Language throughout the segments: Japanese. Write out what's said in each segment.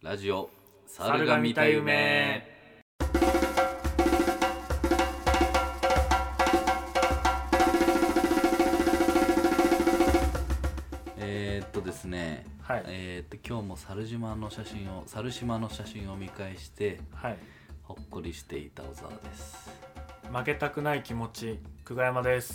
ラジオ猿が見た夢。ですね、 はい、 今日も猿島の写真を見返して、 はい、 ほっこりしていた小沢です。 負けたくない気持ち、久我山です。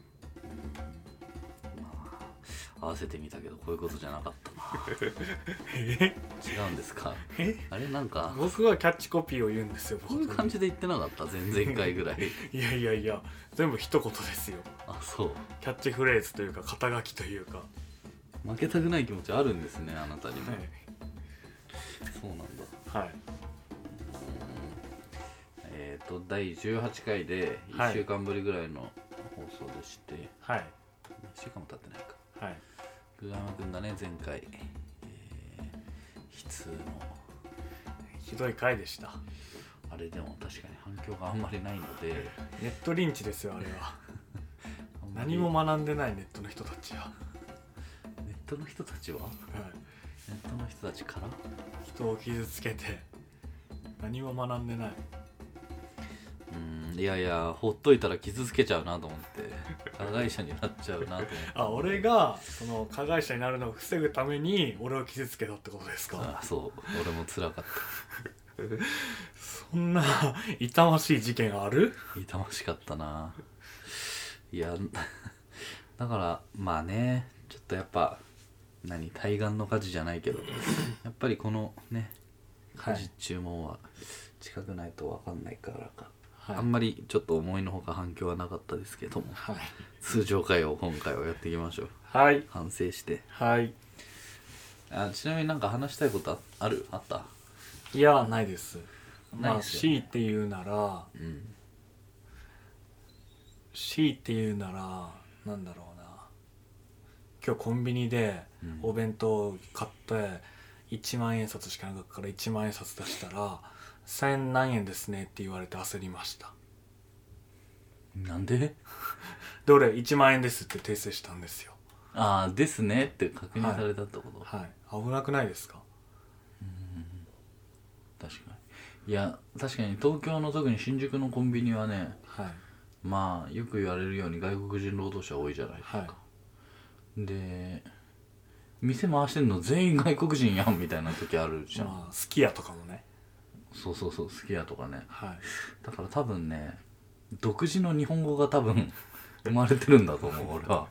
合わせてみたけどこういうことじゃなかったな違うんですか？あれなんか僕はキャッチコピーを言うんですよ。 こういう感じで言ってなかった？前々回ぐらいいや全部一言ですよ。 あ、そう。 キャッチフレーズというか肩書きというか。 負けたくない気持ちあるんですね、あなたにも。 はい、 そうなんだ。 はい。 第18回で1週間ぶりぐらいの放送でして、 はい、 1週間も経ってないか。 はい。 久我山くんがね前回、悲痛のひどい回でした。 あれでも確かに反響があんまりないのでネットリンチですよあれは何も学んでないネットの人たちは。 ネットの人たちは、 はい、 ネットの人たちから人を傷つけて何も学んでない。 いやいや、ほっといたら傷つけちゃうなと思って加害者になっちゃうなと思ってあ、俺がその加害者になるのを防ぐために俺を傷つけたってことですか？ あ、そう、俺も辛かったそんな痛ましい事件ある？ 痛ましかったな。いやだからまあね、ちょっとやっぱ対岸の火事じゃないけどやっぱりこのね火事注文は近くないと分かんないからか、はい、あんまりちょっと思いのほか反響はなかったですけども、はい、通常回を今回はやっていきましょう。 はい、 反省して。 はい。 ちなみになんか話したいことあった？ いや、ないです。 ないですよ。 強いて言うなら、強いて言うならなんだろうな、今日コンビニでお弁当買って1万円札しかなかったから1万円札出したら1000何円ですねって言われて焦りました。 なんで？ で俺1万円ですって訂正したんですよ。 ああ、ですねって確認されたってこと？ はい、はい、危なくないですか？ 確かに。いや確かに東京の特に新宿のコンビニはね、 はい、 まあよく言われるように外国人労働者多いじゃないですか、はい、で店回してんの全員外国人やんみたいな時あるじゃん、 まあ、すき家とかもね。 そうすき家とかね、 はい、 だから多分ね独自の日本語が多分生まれてるんだと思う俺は。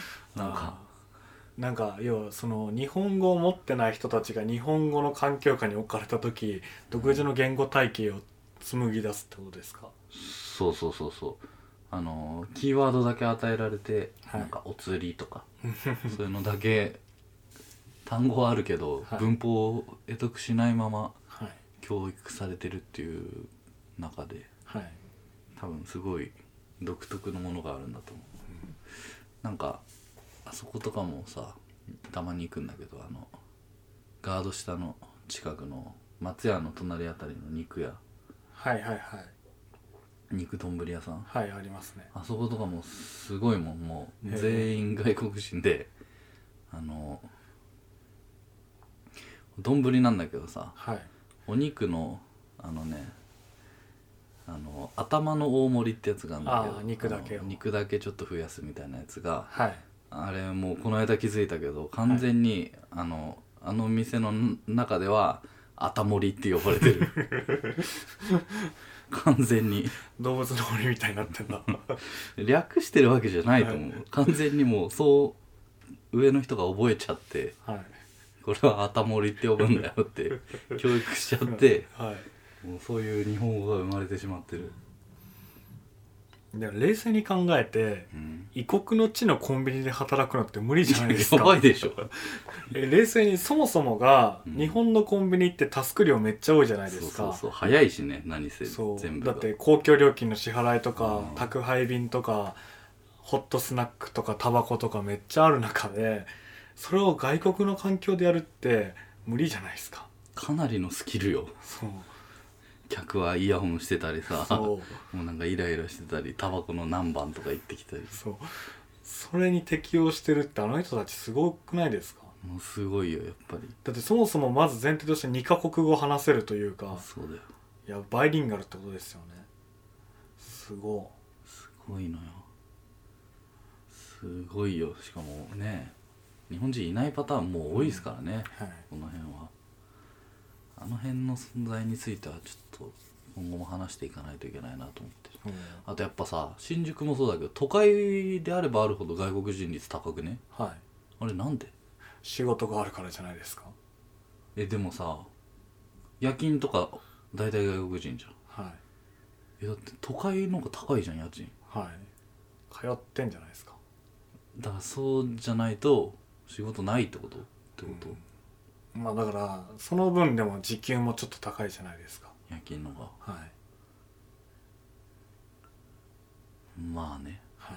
なんか要はその日本語を持ってない人たちが日本語の環境下に置かれた時独自の言語体系を紡ぎ出すってことですか？ そうキーワードだけ与えられて、 はい、 なんかお釣りとかそういうのだけ単語はあるけど、はい、文法を得得しないまま教育されてるっていう中で、はい、多分すごい独特のものがあるんだと思う、なんかあそことかもさたまに行くんだけど、ガード下の近くの松屋の隣あたりの肉屋、 はいはいはい、 肉丼屋さん、 はい、ありますね。 あそことかもすごいもん、もう全員外国人で、丼なんだけどさ、はい、お肉の頭の大盛りってやつがあるんだけど、肉だけちょっと増やすみたいなやつが、はい、あれもうこの間気づいたけど完全に、はい、あの店の中では頭盛りって呼ばれてる完全に動物の森みたいになってんだ略してるわけじゃないと思う、はい、完全にもうそう上の人が覚えちゃって、はい、これは頭盛りって呼ぶんだよって教育しちゃって、はい、もうそういう日本語が生まれてしまってる。 でも冷静に考えて、異国の地のコンビニで働くのって無理じゃないですか。 やばいでしょ冷静にそもそもが、日本のコンビニってタスク量めっちゃ多いじゃないですか。 そう早いしね、何せ全部だって公共料金の支払いとか、宅配便とかホットスナックとかタバコとかめっちゃある中でそれを外国の環境でやるって無理じゃないですか。 かなりのスキルよ。 そう、 客はイヤホンしてたりさ、もうなんかイライラしてたり、タバコの何番とか言ってきたり、 それに適応してるってあの人たちすごくないですか？ もうすごいよやっぱり。 だってそもそもまず前提として2カ国語話せるというか、 そうだよ。 いやバイリンガルってことですよね。すごいのよ。すごいよ。しかもね、日本人いないパターンもう多いですからね、 はい、 この辺は。あの辺の存在についてはちょっと今後も話していかないといけないなと思ってる、あとやっぱさ、新宿もそうだけど都会であればあるほど外国人率高くね。 はい。 あれなんで？ 仕事があるからじゃないですか。 でもさ、夜勤とか大体外国人じゃん。 はい。 だって都会の方が高いじゃん家賃。 はい。通ってんじゃないですか。 だからそうじゃないと仕事ないってことってこと、 まあだからその分でも時給もちょっと高いじゃないですか。 夜勤のが。 はい。 まあね。 はい。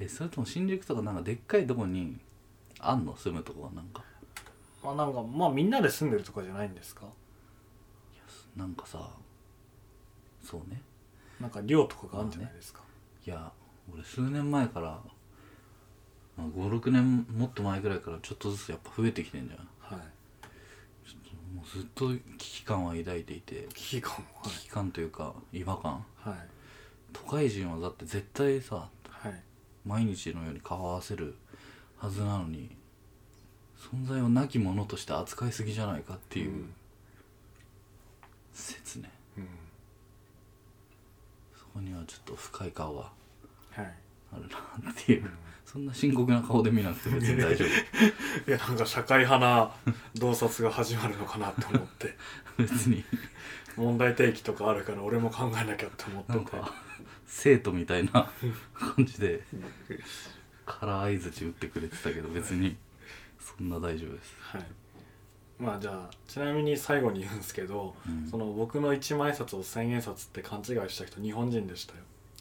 それとも新宿とかなんかでっかいとこにあんの、住むとこはなんか。 まあなんかまあみんなで住んでるとかじゃないんですか。 なんかさ、そうね。 なんか寮とかがあるんじゃないですか。 いや俺数年前から、5、6年もっと前ぐらいからちょっとずつやっぱ増えてきてんじゃん。 はい。 ちょっともうずっと危機感は抱いていて。 危機感、はい、 危機感というか違和感。 はい。 都会人はだって絶対さ、 はい、 毎日のように顔合わせるはずなのに存在をなきものとして扱いすぎじゃないかっていう説ね、そこにはちょっと深い顔があるなっていう、そんな深刻な顔で見なくて別に大丈夫。 いやなんか社会派な洞察が始まるのかなと思って別に問題提起とかあるから俺も考えなきゃって思ってて、 なんか生徒みたいな感じで空相づち打ってくれてたけど別にそんな大丈夫です。 はい。まあじゃあちなみに最後に言うんですけど、その僕の1万円札を1000円札って勘違いした人日本人でしたよ。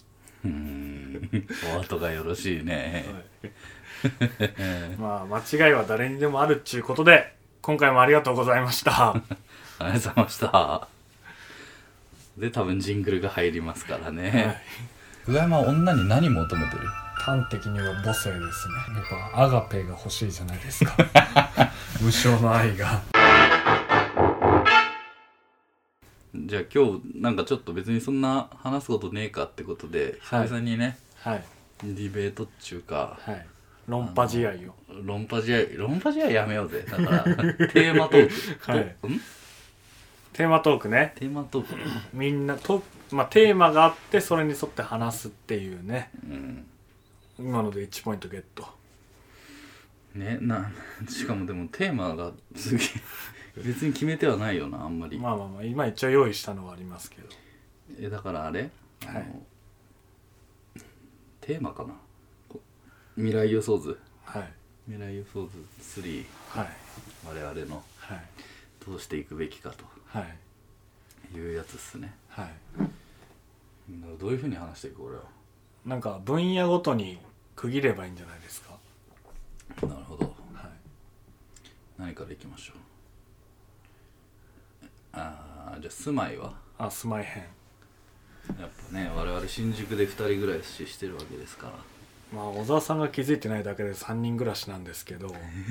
お後がよろしいね。 はい、まあ間違いは誰にでもあるっちゅうことで今回もありがとうございました。 ありがとうございました。で多分ジングルが入りますからね。はい、久我山は女に何求めてる？ 端的には母性ですね。やっぱアガペが欲しいじゃないですか。無償の愛が。 じゃあ今日なんかちょっと別にそんな話すことねえかってことで久々にね、 はい、 ディベートっていうか、 はい、論破試合を論破試合やめようぜ。だからテーマトーク、はい、 テーマトークね。 テーマトークみんなと、まあ、テーマがあってそれに沿って話すっていうね、今ので1ポイントゲットね。しかもでもテーマがすげえ別に決めてはないよなあんまり。 まあ今一応用意したのはありますけど、 だからあれ、 はい、 テーマかな、未来予想図、 はい、 未来予想図3、 はい、 我々の、はい、どうしていくべきかと、はい、いうやつっすね。はい。どういうふうに話していく？俺はなんか分野ごとに区切ればいいんじゃないですか。 なるほど、はい、何からいきましょう。じゃあ住まいは？ 住まい編。 やっぱね我々新宿で2人暮らししてるわけですから。 まあ小沢さんが気づいてないだけで3人暮らしなんですけど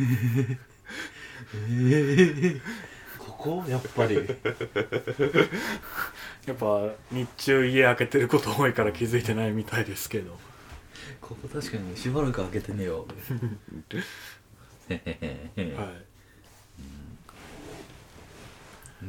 ここやっぱりやっぱ日中家開けてること多いから気づいてないみたいですけどここ確かにしばらく開けてねえよはい、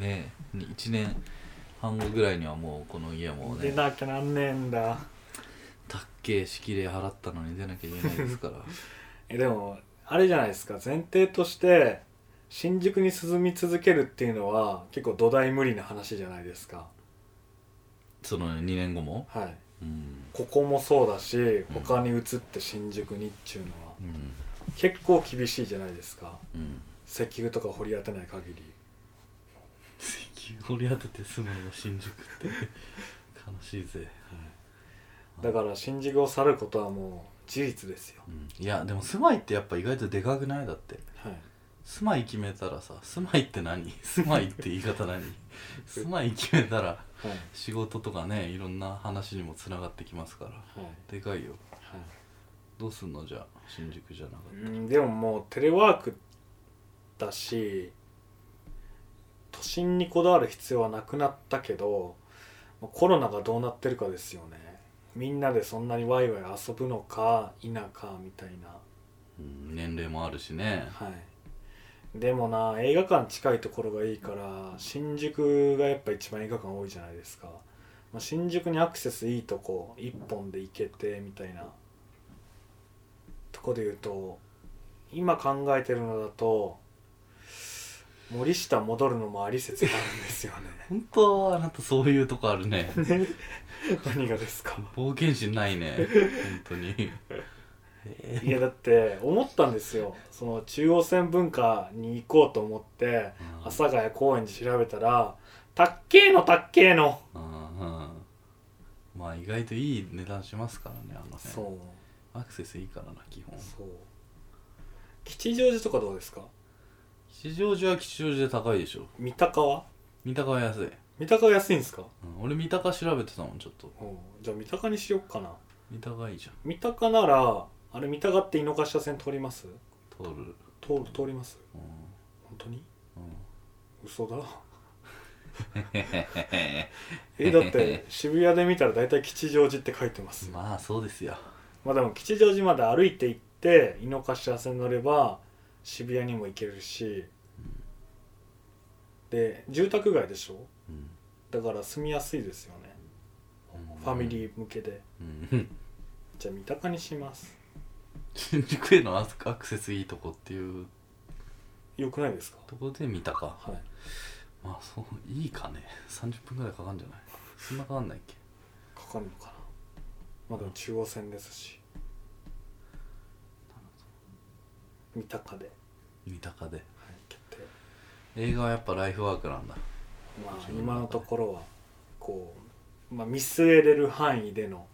ねえ1年半後ぐらいにはもうこの家もね出なきゃなんねえんだ。 たっけえ敷礼払ったのに出なきゃいけないですからでもあれじゃないですか、前提として新宿に住み続けるっていうのは結構土台無理な話じゃないですか。 その2年後も、 はい、ここもそうだし他に移って新宿にっていうのは、結構厳しいじゃないですか、石油とか掘り当てない限り。 石油掘り当てて住むの新宿って悲しいぜ、 だから新宿を去ることはもう事実ですよ、 いやでも住まいってやっぱ意外とでかくない？だって、はい、住まい決めたらさ、住まいって何？住まいって言い方何？住まい決めたら、仕事とかねいろんな話にもつながってきますから、でかいよ、 どうすんのじゃあ新宿じゃなかったら。 でももうテレワークだし都心にこだわる必要はなくなったけどコロナがどうなってるかですよね。みんなでそんなにワイワイ遊ぶのか否かみたいな、 年齢もあるしね。 はい。でもな、映画館近いところがいいから新宿がやっぱ一番映画館多いじゃないですか。新宿にアクセスいいとこ一本で行けてみたいなとこで言うと、今考えてるのだと森下戻るのもあり説があるんですよね。 本当あなたそういうとこあるね。 何がですか。 冒険心ないね本当に。 いやだって思ったんですよ。その中央線文化に行こうと思って阿佐ヶ谷高円寺調べたらたっけーのたっけーの、 まあ意外といい値段しますからね、あの辺。 そうアクセスいいからな基本。 そう。吉祥寺とかどうですか。 吉祥寺は吉祥寺で高いでしょ。 三鷹は三鷹は安い。 三鷹は安いんですか。 俺三鷹調べてたもんちょっと。 じゃあ三鷹にしよっかな。 三鷹いいじゃん。 三鷹ならあれ三鷹って井の頭線通ります。 通る。 通ります、本当に、嘘だ。だって渋谷で見たらだいたい吉祥寺って書いてます。 まあそうですよ。 まあでも吉祥寺まで歩いて行って井の頭線乗れば渋谷にも行けるし、で住宅街でしょ、だから住みやすいですよね、ファミリー向けで、じゃあ三鷹にします。 新宿へのアクセスいいとこっていうよくないですか。 とこで見たか。 はい。 まあそういいかね。30分ぐらいかかるんじゃない。そんなかかんないっけ。 かかるのかな。まあでも中央線ですし。三鷹で。 三鷹で。 はい、決定。 映画はやっぱライフワークなんだ。 まあ今のところはこう、見据えれる範囲での。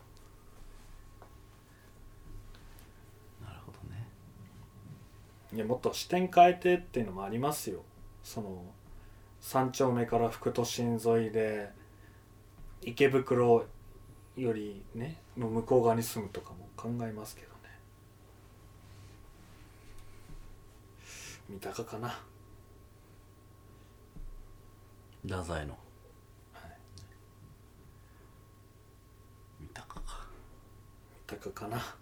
いやもっと視点変えてっていうのもありますよ。その3丁目から副都心沿いで池袋よりねの向こう側に住むとかも考えますけどね。三鷹かな。 太宰の、 はい、 三鷹か。 三鷹かな。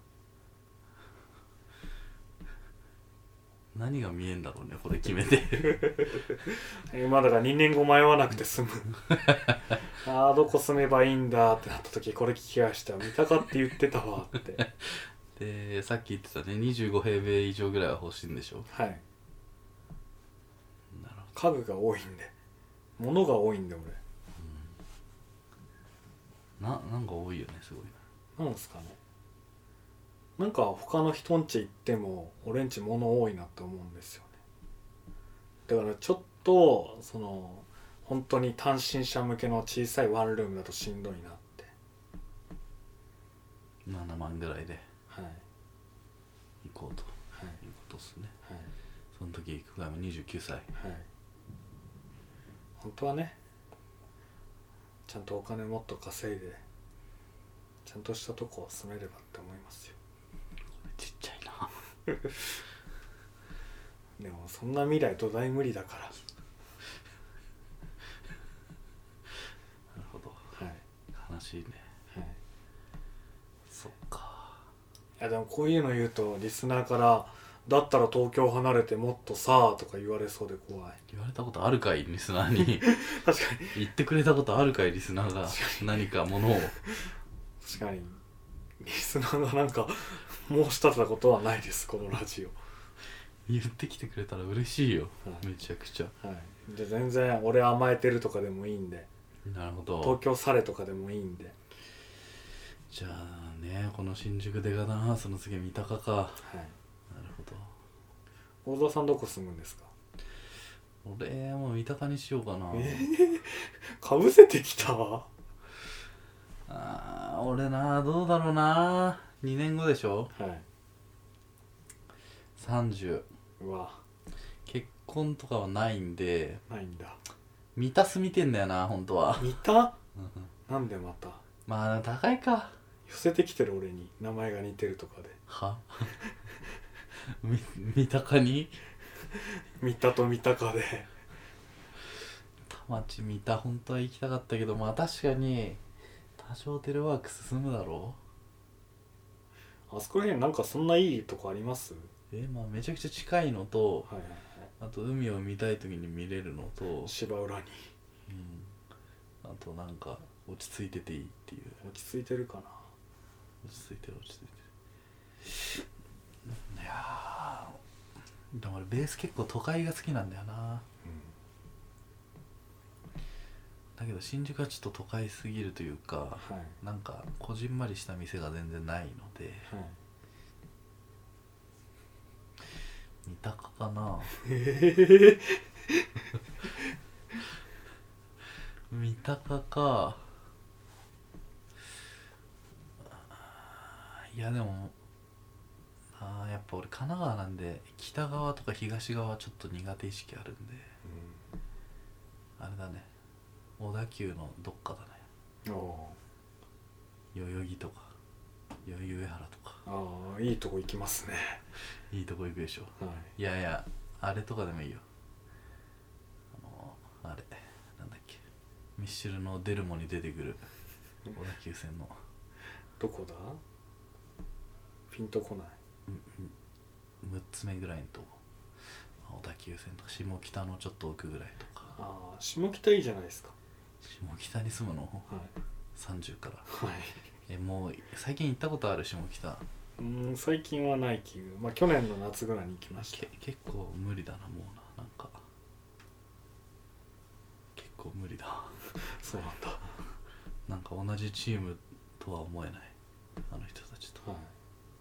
何が見えんだろうねこれ決めて。 まあだから2年後迷わなくて済む。ああどこ住めばいいんだってなった時これ聞きました。三鷹って言ってたわって。 でさっき言ってたね25平米以上ぐらいは欲しいんでしょ。 はい。 なる家具が多いんで物が多いんで俺、なんか多いよねすごいな。なんですかね。なんか他の人ん家行っても俺ん家物多いなって思うんですよね。だからちょっとその本当に単身者向けの小さいワンルームだとしんどいなって。 7万ぐらいではい行こうと、 はい、 いうことですね。 はい、 その時久我山29歳。 はい。本当はねちゃんとお金もっと稼いでちゃんとしたとこ住めればって思いますよ。 ちっちゃいな。 でもそんな未来土台無理だから。なるほど。 はい。 悲しいね。 はい。 そっか。 いやでもこういうの言うとリスナーからだったら東京離れてもっとさとか言われそうで怖い。 言われたことあるかいリスナーに。 確かに言ってくれたことあるかいリスナーが何かものを。 確かにリスナーがなんか申し立てたことはないですこのラジオ。 言ってきてくれたら嬉しいよ、 はい、 めちゃくちゃ。 はい。じゃあ全然俺甘えてるとかでもいいんで。 なるほど。 東京されとかでもいいんで。 じゃあねこの新宿でかなその次三鷹か。はい。なるほど。 大沢さんどこ住むんですか。 俺もう三鷹にしようかな。 かぶせてきたわ。 俺などうだろうな。2年後でしょ。 はい。 30。 うわ。 結婚とかはないんで。 ないんだ。 三田住みてんだよな本当は。 三田？なんでまた。 まあ高いか。 寄せてきてる俺に名前が似てるとかで。 は三鷹に三田と三鷹で田町三田本当は行きたかったけど、まあ確かに多少テレワーク進むだろう。あそこら辺なんかそんないいとこあります？ まあめちゃくちゃ近いのと、 はいはいはい、 あと海を見たい時に見れるのと、 芝浦に、 あとなんか落ち着いてていいっていう。 落ち着いてるかな。 落ち着いてる落ち着いてる。いやでも俺ベース結構都会が好きなんだよな、だけど新宿はちょっと都会すぎるというか、 はい、 なんかこじんまりした店が全然ないので、はい、三鷹かな三鷹か。いやでもやっぱ俺神奈川なんで北側とか東側はちょっと苦手意識あるんで、あれだね、小田急のどっかだね。代々木とか代々木上原とか。 ああ、いいとこ行きますね。 いいとこ行くでしょ、 はい、 いやいやあれとかでもいいよ。あれなんだっけ、ミッシュルのデルモに出てくる小田急線のどこだ、ピンとこない。 6つ目ぐらいのとこ、小田急線とか下北のちょっと奥ぐらいとか。 ああ、下北いいじゃないですか。 下北に住むの、はい、30から。 はい、 もう最近行ったことある下北？ 最近はない気が、まあ去年の夏ぐらいに行きました。 結構無理だなもうな、なんか結構無理だそうなんだ。 なんか同じチームとは思えない、あの人たちと。はい、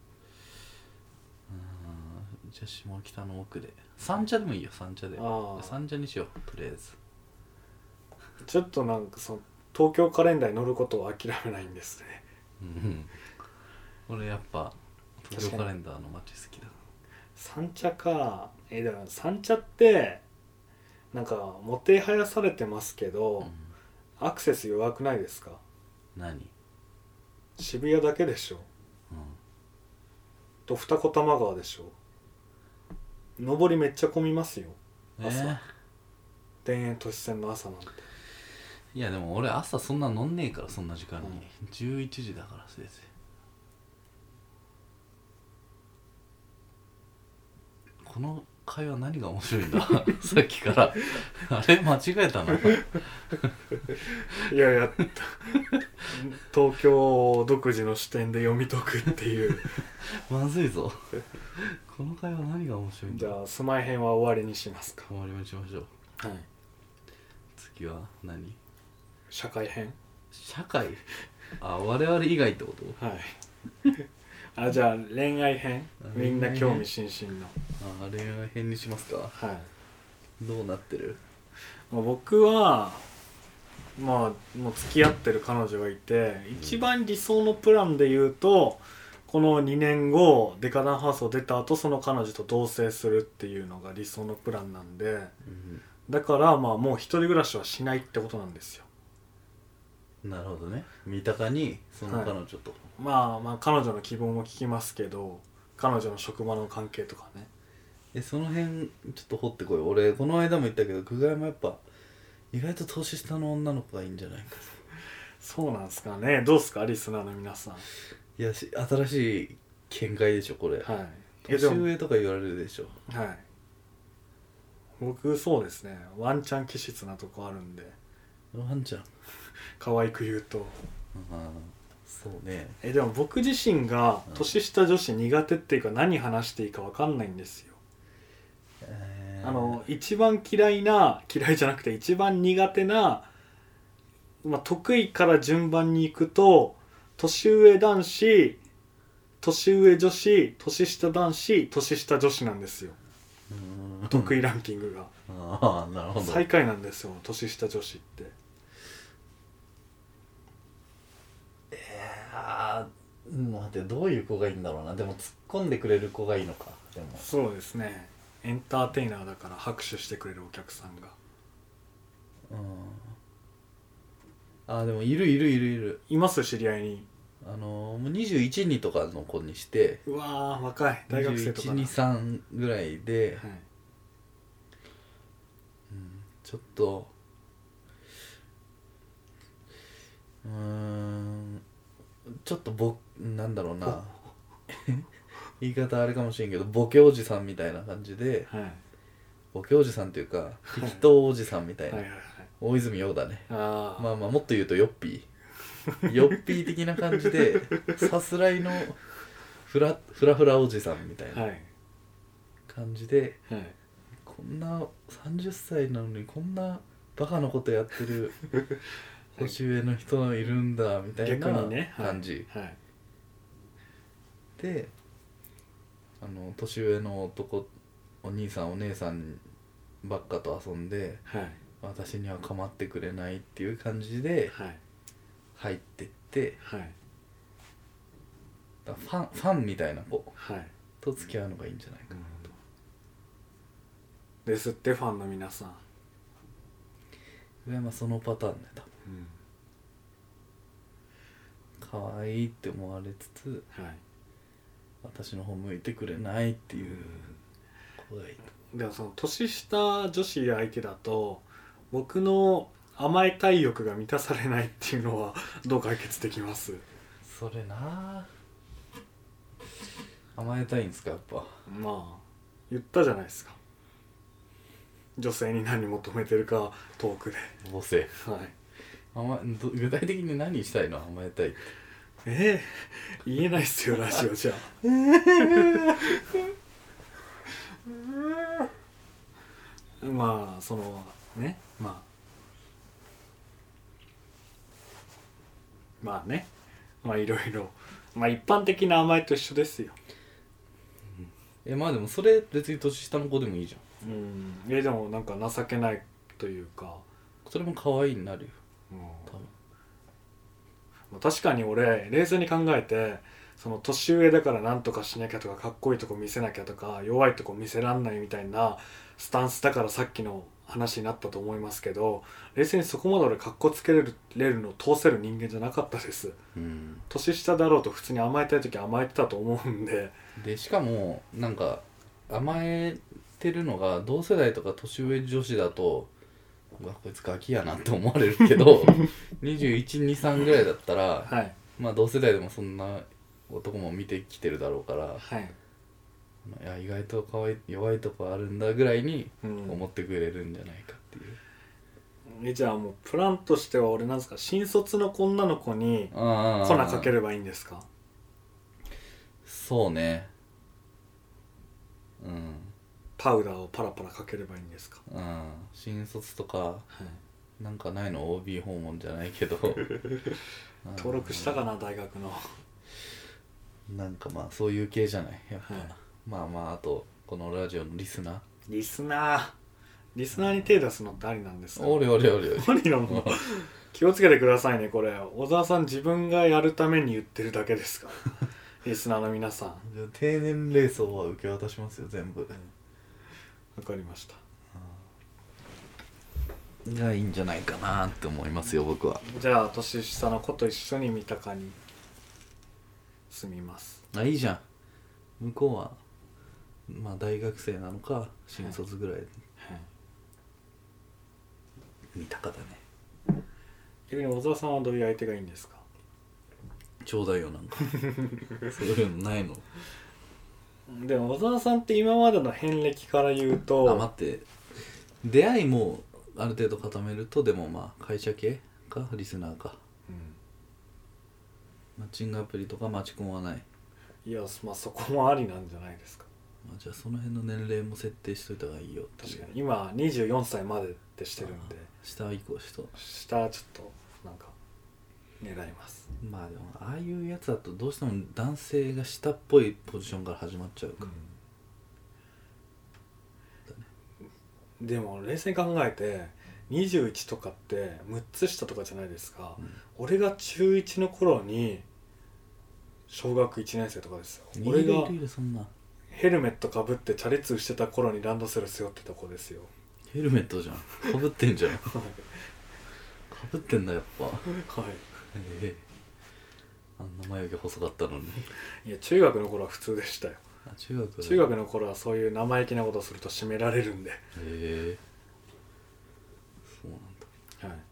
じゃあ下北の奥で三茶でもいいよ。三茶で、三茶にしようとりあえず。 ちょっとなんかその東京カレンダーに載ることを諦めないんですね。 俺やっぱ東京カレンダーの街好きだ。 三茶か。だから三茶ってなんかもてはやされてますけど、アクセス弱くないですか？ 何？ 渋谷だけでしょ、と二子玉川でしょ。上りめっちゃ混みますよ朝、田園都市線の朝なんて。 いやでも俺朝そんな乗んねえから、そんな時間に、11時だからせいぜい。この会話何が面白いんださっきからあれ間違えたな。いやいや東京独自の視点で読み解くっていうまずいぞこの会話何が面白いんだ。 じゃあスマイ編は終わりにしますか。 終わりにしましょう。 はい、 次は何？ 社会編。 社会？我々以外ってこと？ はいじゃあ恋愛編、みんな興味津々の恋愛編にしますか。 はい。 どうなってる？ 僕はもう付き合ってる彼女がいて、一番理想のプランで言うと、この2年後デカダンハウスを出た後その彼女と同棲するっていうのが理想のプランなんで、だからもう一人暮らしはしないってことなんですよ。 なるほどね。三鷹にその彼女と、 まあ彼女の希望も聞きますけど、彼女の職場の関係とかね。 その辺ちょっと掘ってこい。俺この間も言ったけど、久我山やっぱ意外と年下の女の子がいいんじゃないか。 そうなんですかね。どうですかリスナーの皆さん。 いや新しい見解でしょこれ。 はい。 年上とか言われるでしょ。 はい。僕そうですね。ワンチャン気質なとこあるんで。 ワンチャン。 可愛く言うと。 そうね。 でも僕自身が年下女子苦手っていうか、何話していいか分かんないんですよ。一番嫌いじゃなくて一番苦手な、得意から順番に行くと、年上男子、年上女子、年下男子、年下女子なんですよ。得意ランキングが。 なるほど。 最下位なんですよ年下女子って。 待って、どういう子がいいんだろうな。でも突っ込んでくれる子がいいのか。でもそうですね。エンターテイナーだから拍手してくれるお客さんが。 でもいる。 います知り合いに。 もう21にとかの子にして、 うわー若い大学生とか 21、23ぐらいで、 はい、 ちょっとちょっとなんだろうな言い方あれかもしれんけどボケおじさんみたいな感じで、 はい、 ボケおじさんっていうか適当おじさんみたいな、 はいはいはい、 大泉洋だね。 あまあもっと言うとヨッピーヨッピー的な感じでさすらいのフラおじさんみたいな感じで、 はいはい、 こんな30歳なのにこんなバカなことやってる年上の人いるんだみたいな感じ、 はいはい、 で年上の男お兄さんお姉さんばっかと遊んで、 はい、 私には構ってくれないっていう感じで入ってって、はい、だファンみたいな子と付き合うのがいいんじゃないかなと、 ですってファンの皆さん。 上山そのパターンね多分、可愛いって思われつつ、はい、私の方向いてくれないっていう子がいいと。 でもその年下女子相手だと僕の甘えたい欲が満たされないっていうのはどう解決できます？ それな甘えたいんですかやっぱ。 まあ言ったじゃないですか、女性に何求めてるかトークで。 母性、はい、具体的に何したいの？甘えたいって言えないっすよラジオじゃまあそのねまあねまあいろいろまあ一般的な甘えと一緒ですよ。 まあでもそれ別に年下の子でもいいじゃん。でもなんか情けないというかそれも可愛いになるよ、多分。 まあ、確かに俺冷静に考えてその年上だから何とかしなきゃとかかっこいいとこ見せなきゃとか弱いとこ見せらんないみたいなスタンスだからさっきの話になったと思いますけど、冷静にそこまで俺かっこつけれるの通せる人間じゃなかったです、年下だろうと普通に甘えたい時甘えてたと思うんで。 しかもなんか甘えてるのが同世代とか年上女子だとうわこいつガキやなって思われるけど21、23ぐらいだったら、はい、まあ同世代でもそんな男も見てきてるだろうから、はい、いや意外と可愛い弱いとこあるんだぐらいに思ってくれるんじゃないかっていう、 じゃあもうプランとしては俺なんですか、新卒の女の子に粉かければいいんですか？ そうね、 パウダーをパラパラかければいいんですか？ 新卒とか、はい、なんかないの OB 訪問じゃないけど登録したかな大学のなんかまあそういう系じゃないやっぱ、はい、まああとこのラジオのリスナーに手出すのってありなんですか？ おりなの気をつけてくださいねこれ。小沢さん自分がやるために言ってるだけですかリスナーの皆さん。 じゃあ低年齢層は受け渡しますよ全部。 わかりました。 がいいんじゃないかなって思いますよ僕は。 じゃあ年下の子と一緒に三鷹に住みます。 いいじゃん。向こうはまあ大学生なのか新卒ぐらい、はいはい、三鷹だね。 逆に小沢さんはどういう相手がいいんですか？ ちょうだいよなんかそういうのないの？ でも小沢さんって今までの遍歴から言うと待って出会いもある程度固めるとでもまあ会社系かリスナーか、マッチングアプリとかマチコンはない？ いやまあそこもありなんじゃないですか。 じゃあその辺の年齢も設定しといた方がいいよ。 確かに今24歳までってしてるんで下以降下ちょっとなんか狙います。 まあでもああいうやつだとどうしても男性が下っぽいポジションから始まっちゃうか、 でも冷静に考えて21とかって6つ下とかじゃないですか、俺が中1の頃に小学1年生とかですよ。俺がヘルメットかぶってチャリ通してた頃にランドセル背負ってた子ですよ。 ヘルメットじゃんかぶってんじゃんかぶってんだやっぱ。はい、 あんな眉毛細かったのに。 いや中学の頃は普通でしたよ。 中学の頃はそういう生意気なことすると締められるんで。へえ。そうなんだ。 はい。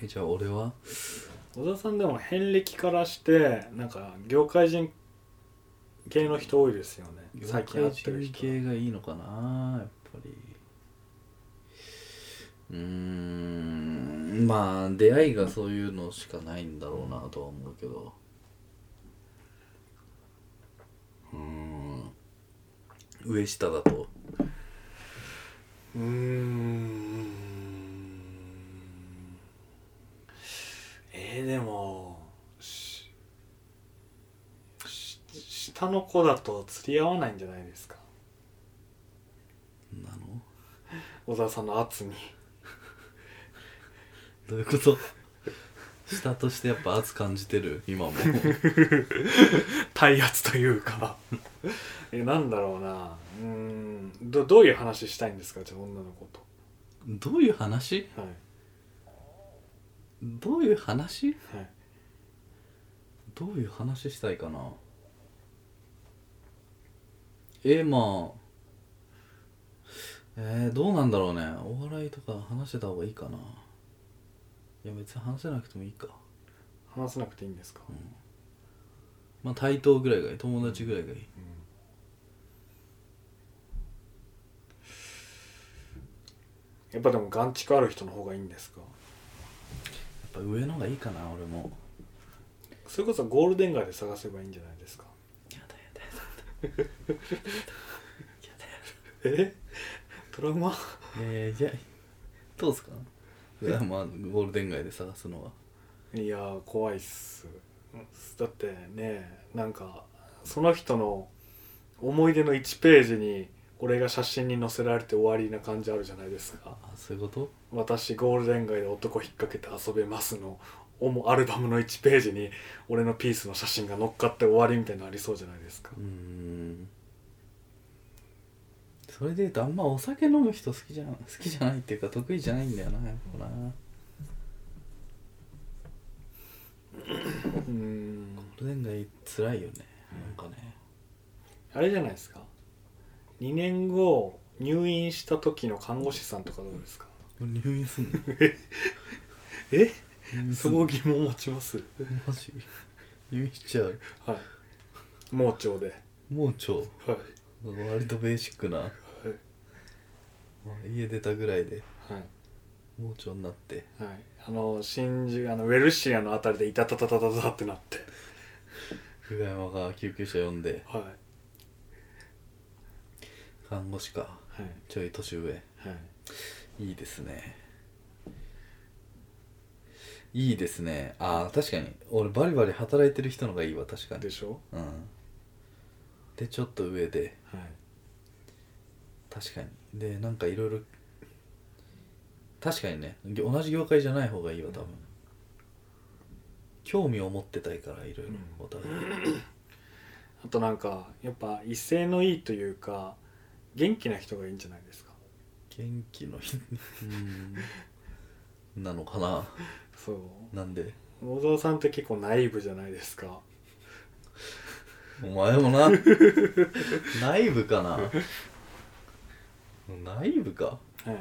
じゃあ俺は小田さんでも遍歴からしてなんか業界人系の人多いですよね。最近会ってる人。 業界人系がいいのかなやっぱり。まあ出会いがそういうのしかないんだろうなとは思うけど。上下だとでも下の子だと釣り合わないんじゃないですか。 なの小沢さんの圧にどういうこと下としてやっぱ圧感じてる今も体圧というかなんだろうなどういう話したいんですかじゃあ女の子と。 どういう話はいどういう話はいどういう話したいかな。まあどうなんだろうね。お笑いとか話してた方がいいかな。いや別に話せなくてもいいか。 話せなくていいんですか。 まあ対等ぐらいがいい。友達ぐらいがいい。 やっぱでも眼蓄ある人の方がいいんですか。やっぱ上の方がいいかな俺も。 それこそゴールデン街で探せばいいんじゃないですか。 やだやだトラウマ。 じゃあどうですか。いやまあゴールデン街で探すのは。 いや怖いっす。だってねなんかその人の思い出の1ページに俺が写真に載せられて終わりな感じあるじゃないですか。 あそういうこと。 私ゴールデン街で男引っ掛けて遊べますのアルバムの1ページに俺のピースの写真が乗っかって終わりみたいなのありそうじゃないですか。 それでいうとあんまお酒飲む人好きじゃないっていうか得意じゃないんだよなやっぱな。ゴールデン街辛いよね。なんかねあれじゃないですか。2年後入院した時の看護師さんとかどうですか。 入院すんのそこ疑問持ちます。 マジ入院しちゃう。 はい盲腸で。 盲腸。 はい割とベーシックな、家出たぐらいで盲腸になって、 新宿ウェルシアのあたりでイタタタタタタってなって久我山が救急車呼んで、看護師か、ちょい年上、いいですねいいですね。ああ確かに俺バリバリ働いてる人のがいいわ。確かにでしょ。 でちょっと上で、確かにでなんかいろいろ確かにね同じ業界じゃない方がいいわ多分、興味を持ってたいからいろいろお互い、 あとなんかやっぱ威勢のいいというか元気な人がいいんじゃないですか。 元気の人なのかな。 そうなんで小沢さんって結構ナイーブじゃないですか。 お前もなナイブかなナイブか。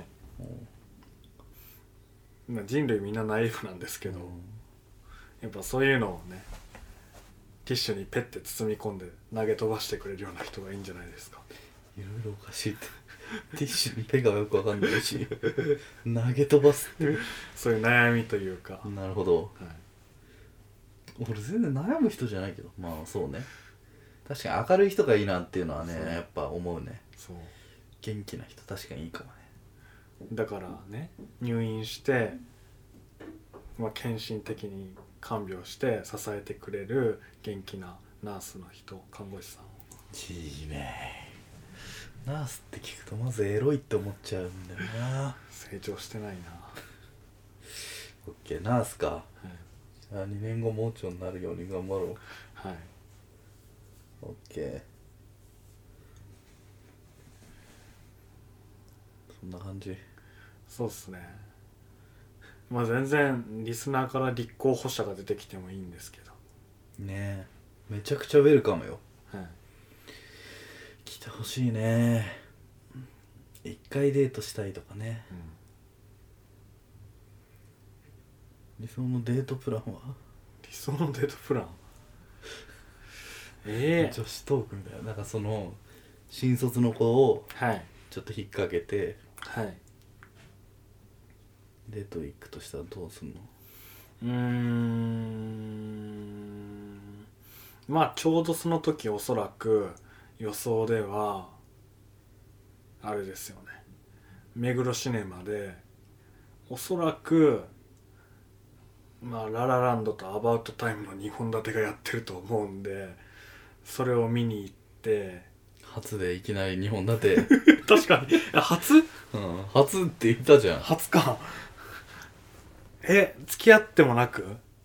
人類みんなナイーブなんですけど、やっぱそういうのをねティッシュにペッて包み込んで投げ飛ばしてくれるような人がいいんじゃないですか。 いろいろおかしいってティッシュにペがよくわかんないし投げ飛ばすってそういう悩みというか。 なるほど、俺全然悩む人じゃないけどまあそうね。確かに明るい人がいいなっていうのはねやっぱ思うね。 そう元気な人確かにいいかもね。 だからね入院して、献身的に看病して支えてくれる元気なナースの人看護師さんを。 いいね。ナースって聞くとまずエロいって思っちゃうんだよな。 成長してないな。 オッケーナースか、じゃあ2年後盲腸になるように頑張ろう。オッケーそんな感じ。 そうっすね。全然リスナーから立候補者が出てきてもいいんですけど。 ねえ、めちゃくちゃウェルカムよ。 はい、 来てほしいね。一回デートしたいとかね、理想のデートプランは？ 理想のデートプラン女子トークみたいな、なんかその新卒の子をちょっと引っ掛けて、 はい、 デート行くとしたらどうすんの？ まあちょうどその時おそらく予想ではあれですよね、目黒シネマでおそらくまあララランドとアバウトタイムの2本立てがやってると思うんで、それを見に行って、 初でいきなり2本立て確かに初？ 初って言ったじゃん。 初か。付き合ってもなく？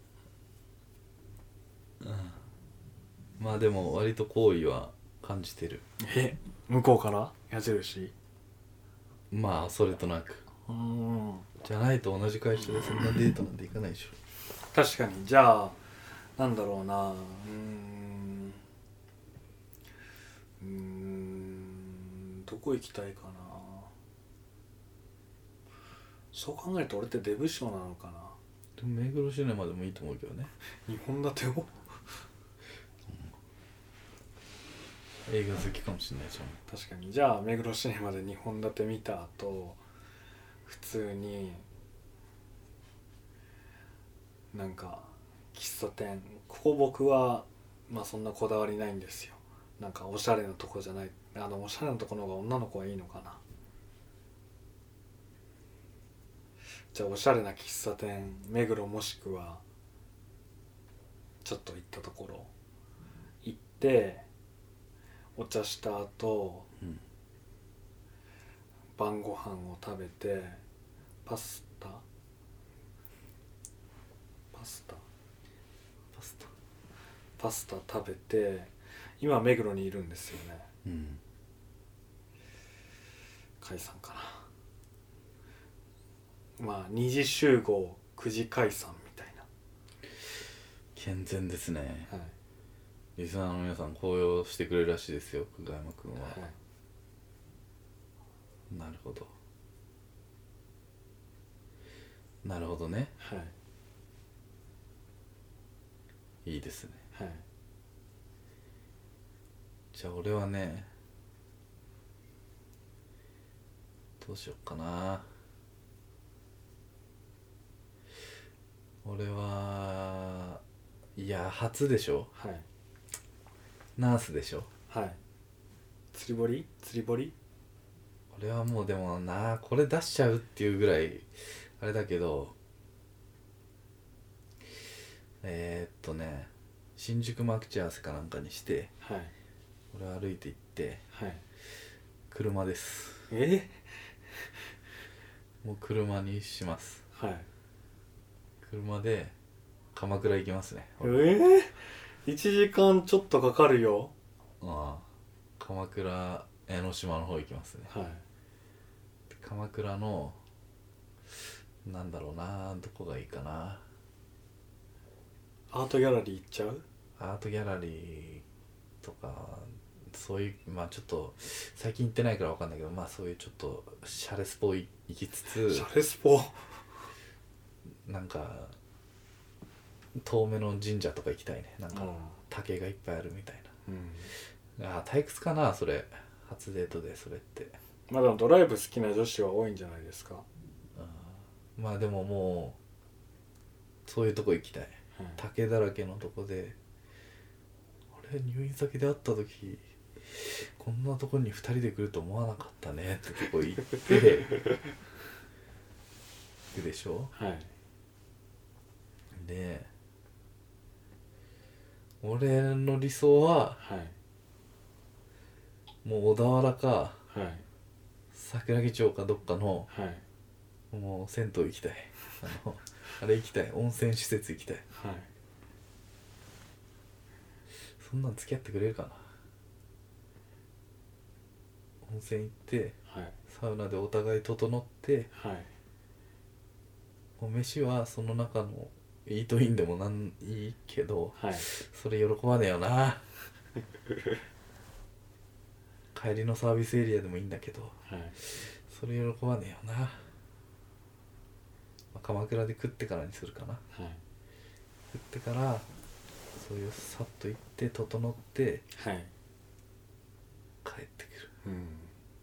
まあでも割と好意は感じてる。 向こうから矢印？ まあそれとなく。じゃないと同じ会社でそんなデートなんていかないでしょ。 確かに。じゃあなんだろうな、どこ行きたいかな。そう考えると俺ってデブ賞なのかな。 でも目黒シネマでもいいと思うけどね。 2本立てを映画好きかもしれないじゃん。 確かに。じゃあ目黒シネマで2本立て見た後、普通になんか喫茶店、ここ僕はまあそんなこだわりないんですよ。なんかおしゃれなとこじゃない、おしゃれなとこの方が女の子はいいのかな。じゃあおしゃれな喫茶店、目黒もしくはちょっと行ったところ行ってお茶した後、晩ご飯を食べてパスタ食べて、今目黒にいるんですよね。解散かな。まあ2時集合9時解散みたいな。 健全ですね。 はい、 リスナーの皆さん高揚してくれるらしいですよ、久我山くんは。なるほど。なるほどね。いいですね。じゃあ俺はね、どうしよっかな。俺はいや初でしょ。ナースでしょ。 釣り堀俺はもうでもな、これ出しちゃうっていうぐらいあれだけど、新宿待ち合わせかなんかにして、俺は歩いて行って、車です。もう車にします。車で鎌倉行きますね。 1時間ちょっとかかるよ。 鎌倉江ノ島の方行きますね。鎌倉のなんだろうな、どこがいいかな。 アートギャラリー行っちゃう？ アートギャラリーとかそういう、まあちょっと最近行ってないから分かんないけど、まあそういうちょっとシャレスポ行きつつ、 シャレスポなんか遠めの神社とか行きたいね。なんか竹がいっぱいあるみたいな。退屈かなそれ。初デートでそれって。 まあでもドライブ好きな女子は多いんじゃないですか。 まあでももうそういうとこ行きたい。竹だらけのとこで、俺入院先で会った時こんなとこに2人で来ると思わなかったねってとこ行って行くでしょ。で俺の理想は、もう小田原か、桜木町かどっかの、もう銭湯行きたい。あれ行きたい。温泉施設行きたい。そんなん付き合ってくれるかな。温泉行って、サウナでお互い整って、もう飯はその中のイートインでもなんいいけど、 はい、 それ喜ばねえよな帰りのサービスエリアでもいいんだけど、 はい、 それ喜ばねえよな、まあ、鎌倉で食ってからにするかな、 はい、 食ってからそういうさっと行って整ってはい、 帰ってくる。 うん、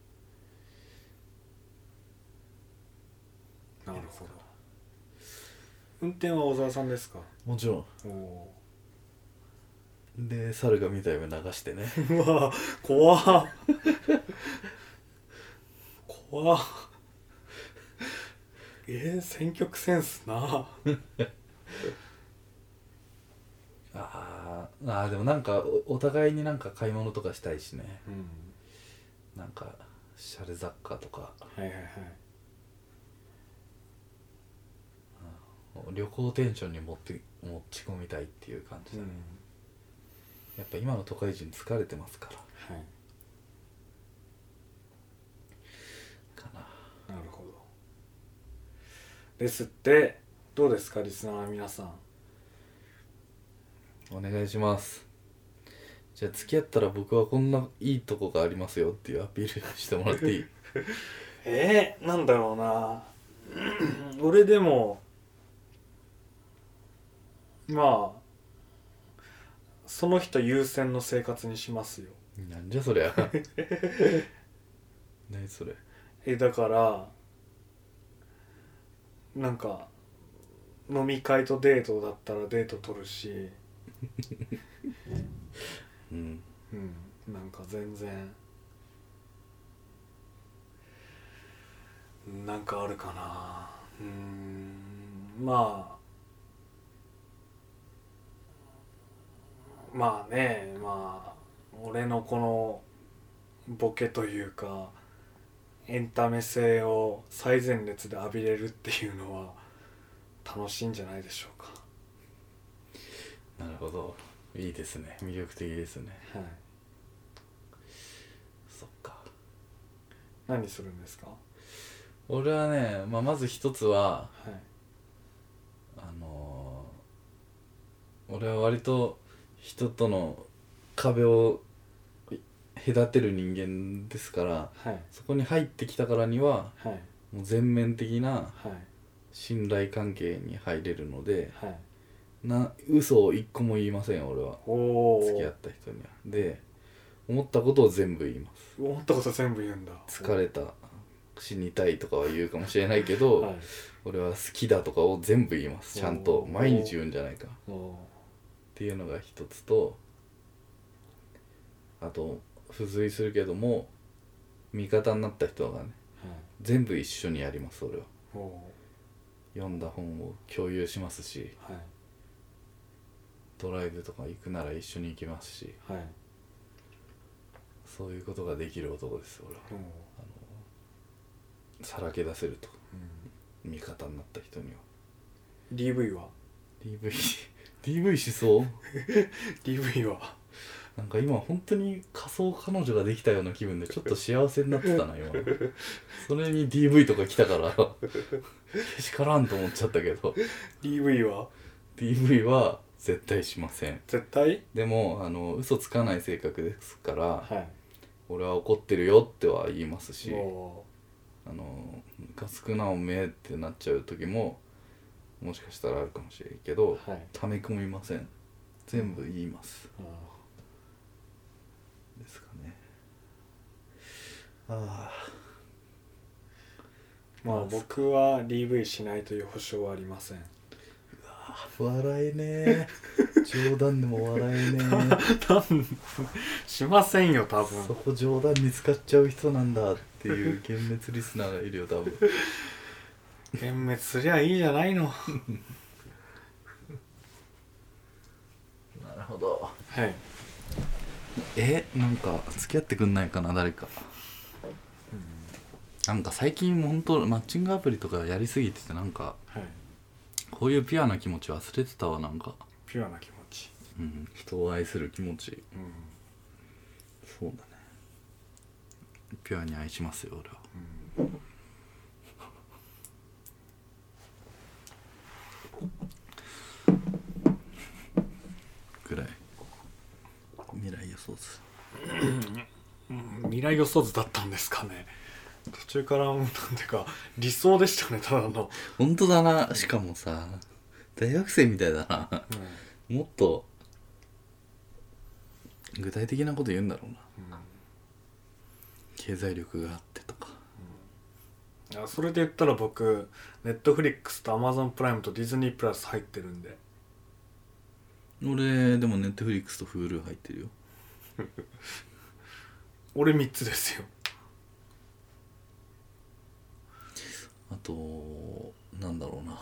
なるほど。運転は小沢さんですか？ もちろん。 おで猿が見た夢流してねうわ怖っ怖っ選曲センスなでもなんかお互いになんか買い物とかしたいしね、 うん、 なんかシャレ雑貨とか、 はいはいはい、 旅行テンションに持ち込みたいっていう感じだね、やっぱ今の都会人疲れてますからはい、 かな。 なるほどですって。どうですかリスナーの皆さん。 お願いします。じゃあ付き合ったら僕はこんないいとこがありますよっていうアピールしてもらっていい？ なんだろうな俺でもまあその人優先の生活にしますよ。 なんじゃそりゃ何それ。 だからなんか飲み会とデートだったらデート取るしうんなんか全然なんかあるかな。まあね、まあ俺のこのボケというかエンタメ性を最前列で浴びれるっていうのは楽しいんじゃないでしょうか。 なるほど、いいですね、魅力的ですね。 はい。 そっか。 何するんですか？ 俺はね、まず一つははい。 俺は割と人との壁を隔てる人間ですから、 はい。 そこに入ってきたからにははい。 もう全面的なはい。 信頼関係に入れるので、 はい。 嘘を一個も言いません俺は。 おお。 付き合った人には。で思ったことを全部言います。 思ったこと全部言うんだ。 疲れた、死にたいとかは言うかもしれないけど、 はい。 俺は好きだとかを全部言います。ちゃんと毎日言うんじゃないかっていうのが一つと、あと付随するけども味方になった人がね、はい、全部一緒にやります。俺は読んだ本を共有しますし、はい、ドライブとか行くなら一緒に行きますし、はい、そういうことができる男です俺は。さらけ出せると、味方になった人には。 DV は DV しそう。 DV はなんか今本当に仮想彼女ができたような気分でちょっと幸せになってたな今それに DV とか来たからけしからんと思っちゃったけど DV は絶対しません。 絶対。 でも嘘つかない性格ですから、はい、俺は怒ってるよっては言いますし、ムカつくなおめえってなっちゃう時ももしかしたらあるかもしれんけど、はい、溜め込みません。全部言います、ですかね。 まあ僕は DV しないという保証はありません。 笑えねえ冗談でも笑えねえしませんよ多分。 そこ冗談に使っちゃう人なんだっていう幻滅リスナーがいるよ多分。 幻滅すりゃいいじゃないの。 なるほど。 はい。 なんか付き合ってくんないかな誰か。なんか最近ほんとマッチングアプリとかやりすぎててなんか、はい、こういうピュアな気持ち忘れてたわ。なんかピュアな気持ち、 人を愛する気持ち、そうだね。ピュアに愛しますよ俺は。 来予想図だったんですかね。途中からなんていうか理想でしたね、ただの。 本当だな。しかもさ、大学生みたいだな、もっと具体的なこと言うんだろうな、経済力があってとか。 いや、それで言ったら僕ネットフリックスとアマゾンプライムとディズニープラス入ってるんで。 俺でもネットフリックスと Hulu 入ってるよ。 俺3つですよ。 あとなんだろうな。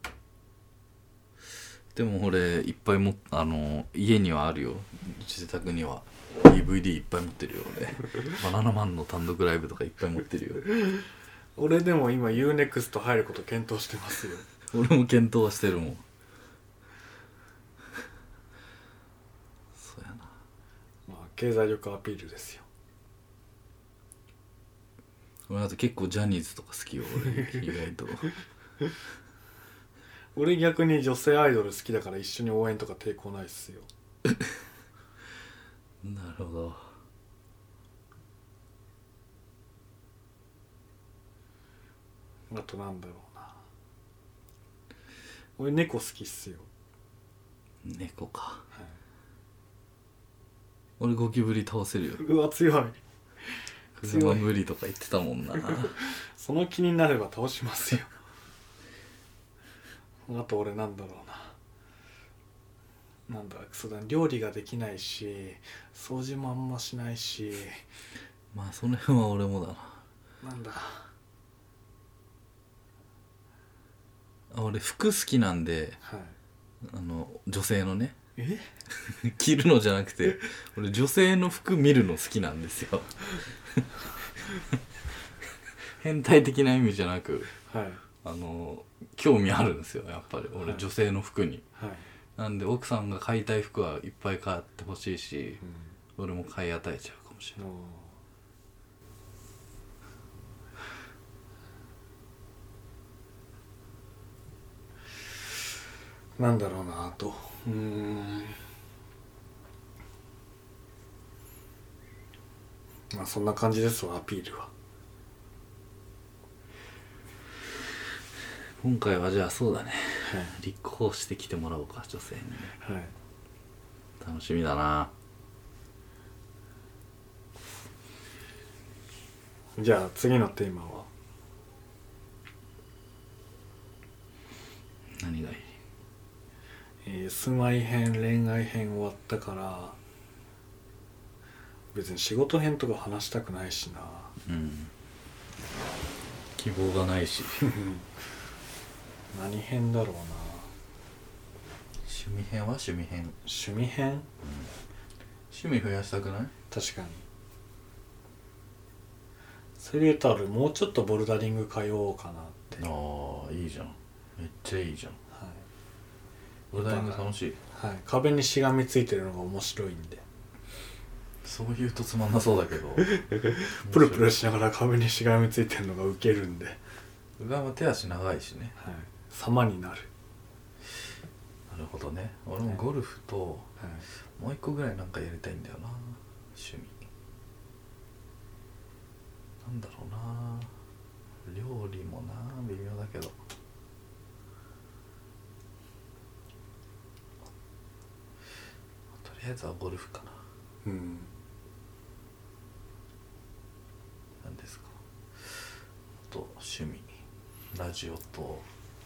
でも俺いっぱい家にはあるよ。自宅には DVD いっぱい持ってるよ俺。バナナマンの単独ライブとかいっぱい持ってるよ。 俺でも今 UNEXT 入ること検討してますよ。 俺も検討はしてるもん。そうやな。 まあ経済力アピールですよ。 俺あと結構ジャニーズとか好きよ俺。意外と俺逆に女性アイドル好きだから一緒に応援とか抵抗ないっすよ。 なるほど。 あとなんだろうな。俺猫好きっすよ。 猫か、 はい、 俺ゴキブリ倒せるよ。 うわ強い。 強い無理とか言ってたもんな。 その気になれば倒しますよ。あと俺なんだろうな。なんだ、そうだ、料理ができないし掃除もあんましないし。 まあその辺は俺もだな。 なんだ、 俺服好きなんで、 はい、 女性のねえ着るのじゃなくて俺女性の服見るの好きなんですよ。変態的な意味じゃなく、 はい、 興味あるんですよやっぱり俺、 はい、 女性の服に、 はい、 なんで奥さんが買いたい服はいっぱい買ってほしいし、俺も買い与えちゃうかもしれない。 なんだろうな。あとまあそんな感じですわ、アピールは。 今回はじゃあそうだね、 はい、 立候補してきてもらおうか女性にね。 はい、 楽しみだな。 じゃあ次のテーマは何がいい？ 住まい編、恋愛編終わったから別に仕事編とか話したくないしな。 希望がないし。 何編だろうな。 趣味編は趣味編。 趣味編、 趣味増やしたくない？ 確かに。それで言うと俺もうちょっとボルダリング通おうかなって。 ああいいじゃん、めっちゃいいじゃん。 はい、 ボルダリング楽しい。 はい、壁にしがみついてるのが面白いんで。 そう言うとつまんなそうだけどプルプルしながら壁にしがみついてるのがウケるんで。 うがも手足長いしね。 はい、様になる。 なるほどね。俺もゴルフと、 はい、 もう一個ぐらいなんかやりたいんだよな趣味。なんだろうな、料理もな微妙だけど、とりあえずはゴルフかな。何ですか。あと趣味ラジオと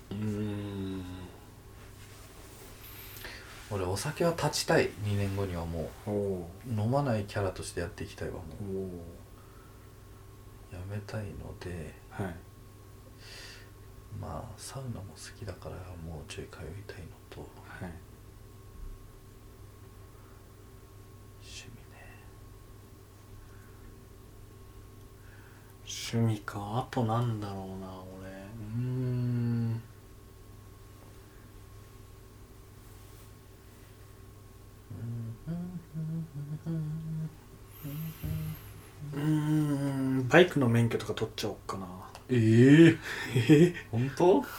俺お酒は断ちたい。2年後にはもう飲まないキャラとしてやっていきたいわ。もうやめたいので、 はい、 まあサウナも好きだからもうちょい通いたいのと、 はい、 趣味ね。 趣味か。あとなんだろうな俺。バイクの免許とか取っちゃおっかな。 本当？ はい。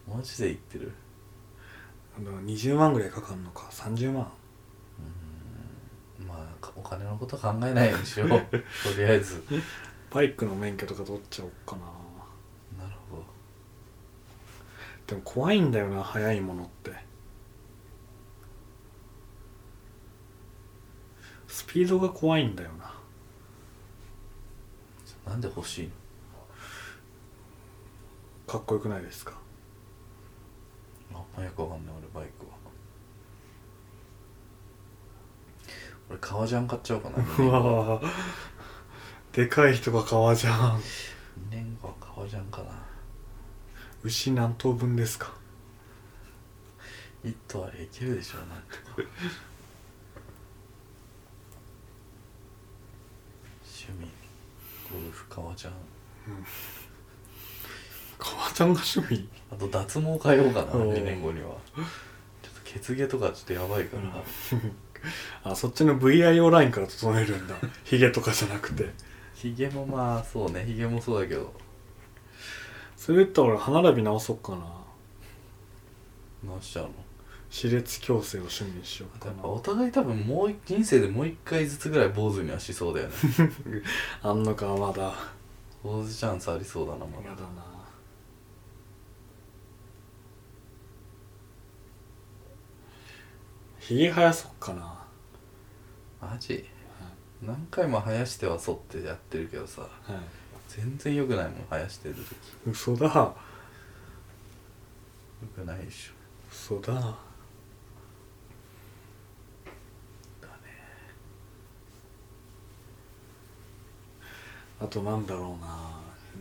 マジで言ってる？ 20万ぐらいかかんのか。30万。 まあお金のこと考えないようにしようとりあえず。 バイクの免許とか取っちゃおうかな。 なるほど。 でも怖いんだよな、速いものって。スピードが怖いんだよな。 なんで欲しいの？ かっこよくないですか？ あんまよくわかんない俺バイクは。俺革ジャン買っちゃおうかな。 うわでかい人が革ジャン。 2年後は革ジャンかな。 牛何頭分ですか 1頭はいけるでしょうなんとか。趣味ゴルフ革ジャン、 革ジャンが趣味。 あと脱毛変えようかな2年後には。ちょっと血毛とかちょっとやばいから、 あ、そっちの VIO ラインから整えるんだ。ヒゲとかじゃなくて。 ヒゲもまあそうね、ヒゲもそうだけど。 それ言ったら俺歯並び直そうかな。 直しちゃうの？ 歯列矯正を趣味にしようかな。 やっぱお互い多分人生でもう一回ずつぐらい坊主にはしそうだよね。 あんのかまだ。 坊主チャンスありそうだなまだ。 やだな。ひげ生やそうかな。 マジ？何回も生やしては剃ってやってるけどさ、 はい、 全然良くないもん生やしてる時。 嘘だ。 良くないでしょ。 嘘だ。だね。あとなんだろうな。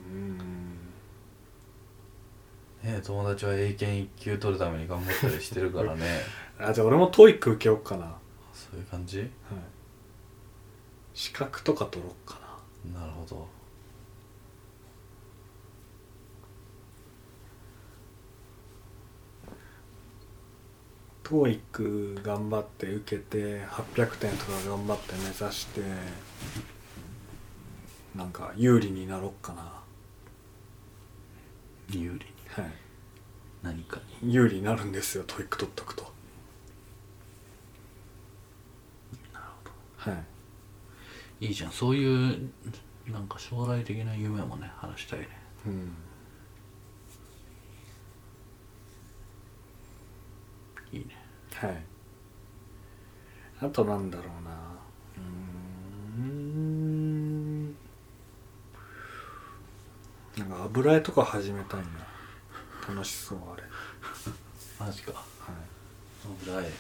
友達は英検1級取るために頑張ったりしてるからね。 あ、じゃあ俺もトイック受けようかな。 そういう感じ？はい。 資格とか取ろうかな。なるほど。 トイック頑張って受けて800点とか頑張って目指してなんか有利になろうかな。 有利に？ はい。 何かに有利になるんですよ、トイック取っとくと。 なるほど。 はい。 いいじゃん、そういうなんか将来的な夢もね話したいね。 うん。 いいね。 はい。あとなんだろうな。なんか油絵とか始めたいな。楽しそうあれ。 マジか。 はい。 油絵。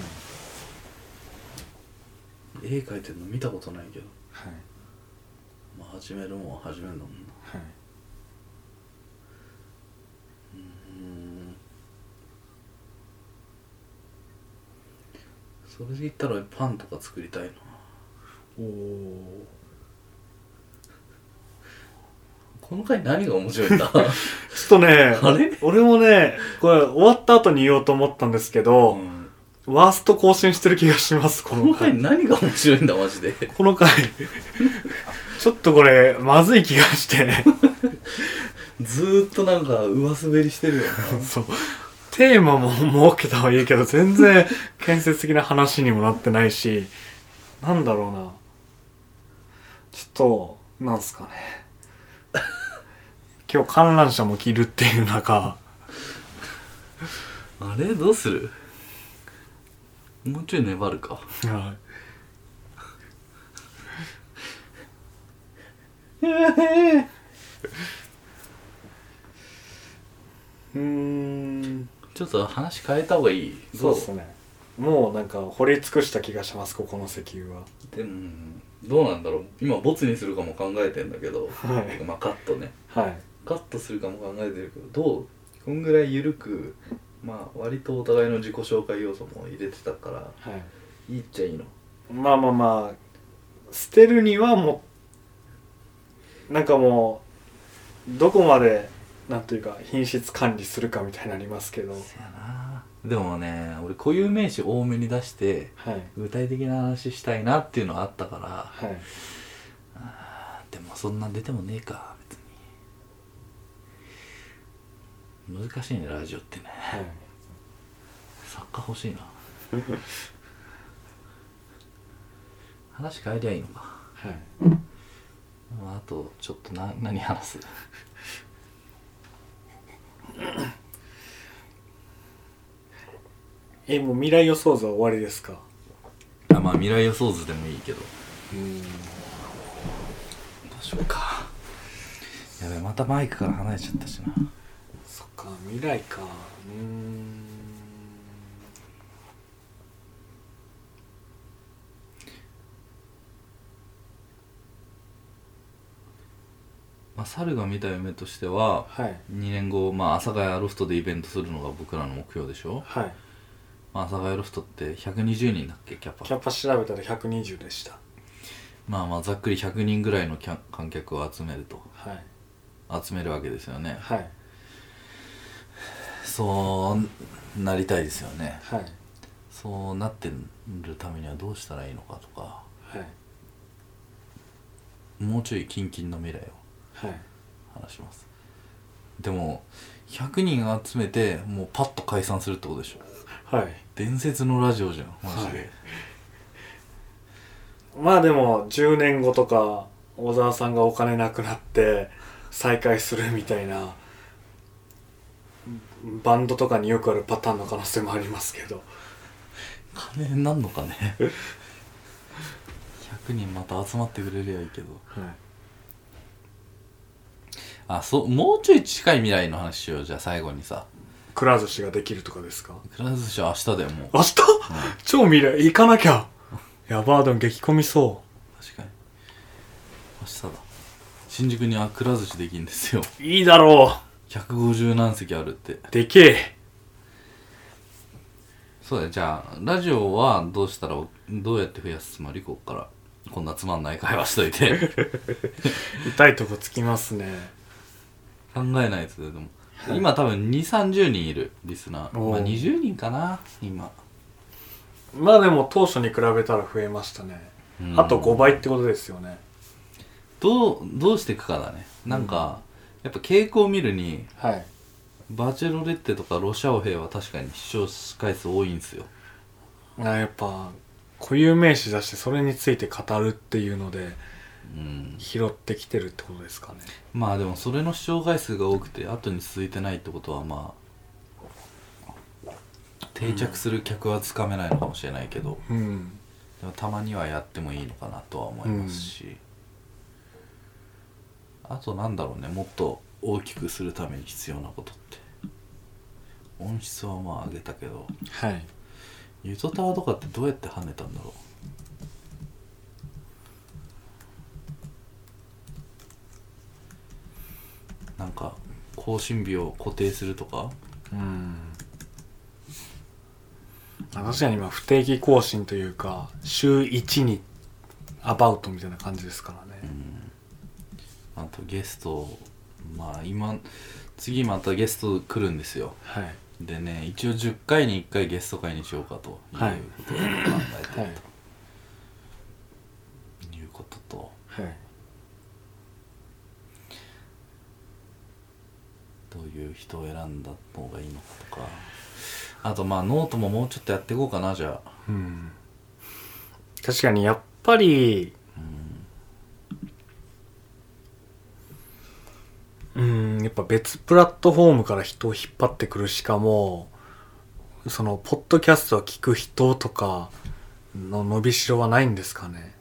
絵描いてるの見たことないけど。 はい。 まあ始めるもんは始めるんだもんな。 はい。 それで言ったらパンとか作りたいな。 おお。 この回何が面白いんだ？ ちょっとね、 あれ俺もね、これ終わった後に言おうと思ったんですけど、ワースト更新してる気がします、 この回何が面白いんだマジで。 この回ちょっとこれまずい気がしてずーっとなんか上滑りしてるよな。 そう、テーマも設けたはいいけど全然建設的な話にもなってないし、なんだろうな、ちょっとなんすかね今日観覧車も着るっていう中あれどうする？もうちょい粘るか。 はいちょっと話変えた方がいい。 そうですね。もうなんか掘り尽くした気がします、ここの石油は。 でもどうなんだろう、今ボツにするかも考えてんだけど、 はい、 まあカットね、 はい、 カットするかも考えてるけど、どうこんぐらい緩く、まあ割とお互いの自己紹介要素も入れてたから、 はい、 いいっちゃいいの。 まあまあまあ捨てるにはもうなんかもうどこまでなんというか品質管理するかみたいになりますけど。 そやな。でもね、俺固有名詞多めに出して、 はい、 具体的な話したいなっていうのはあったから、 はい、 でもそんな出てもねえか別に。難しいねラジオってね、 はい、 作家欲しいな。 話変えりゃいいのか。 はい。 まあ、あとちょっと何話すもう未来予想図は終わりですか？ まあ未来予想図でもいいけど。どうしようか。やべ、またマイクから離れちゃったしな。 そっか、未来か。 まあ、猿が見た夢としては、 はい、 2年後、まあ、阿佐ヶ谷ロフトでイベントするのが僕らの目標でしょ。 はい。 まあ、阿佐ヶ谷ロフトって120人だっけ、キャパ。 キャパ調べたら120でした。 まあまあざっくり100人ぐらいの観客を集めると、 はい、 集めるわけですよね。 はい。 そうなりたいですよね。 はい。 そうなってるためにはどうしたらいいのかとか、 はい、 もうちょい近々の未来を話します。でも100人集めてもうパッと解散するってことでしょ。 はい。 伝説のラジオじゃんマジで、はい、 まあでも10年後とか小沢さんがお金なくなって再開するみたいなバンドとかによくあるパターンの可能性もありますけど、 金になんのかね100人また集まってくれりゃいいけど、はい、もうちょい近い未来の話しよう。じゃあ最後にさ、 くら寿司ができるとかですか？ くら寿司は明日だよ。もう明日、超未来行かなきゃやばー、でも激混みそう。 確かに明日だ。新宿にくら寿司できるんですよ。 いいだろう。 150何席あるって。 でけえ。 そうだよ。じゃあラジオはどうやって増やすつもり？こっからこんなつまんない会話しといて痛いとこつきますね。 考えないと。でも、はい、今多分 2,30 人いるリスナー。まあ20人かな今。 まあでも当初に比べたら増えましたね。あと5倍ってことですよね。 どうしていくかだね。なんか、やっぱ傾向を見るに、 はい、 バチェロレッテとかロシアオヘイは確かに視聴回数多いんですよ。 やっぱ固有名詞出してそれについて語るっていうので、拾ってきてるってことですかね。 まあでもそれの視聴回数が多くて後に続いてないってことは、まあ定着する客はつかめないのかもしれないけど、でもたまにはやってもいいのかなとは思いますし、あとなんだろうね、もっと大きくするために必要なことって、音質はまあ上げたけど、 はい、 ゆとたわとかってどうやって跳ねたんだろう。なんか更新日を固定するとか。 確かに今不定期更新というか週1にアバウトみたいな感じですからね。 あとゲスト、まあ次またゲスト来るんですよ。 はい、 でね、一応10回に1回ゲスト会にしようかということを考えているということと、 はい、 どういう人を選んだ方がいいのかとか、あとまあノートももうちょっとやっていこうかな。じゃあ、 確かにやっぱりやっぱ別プラットフォームから人を引っ張ってくるしかも、そのポッドキャストを聞く人とかの伸びしろはないんですかね。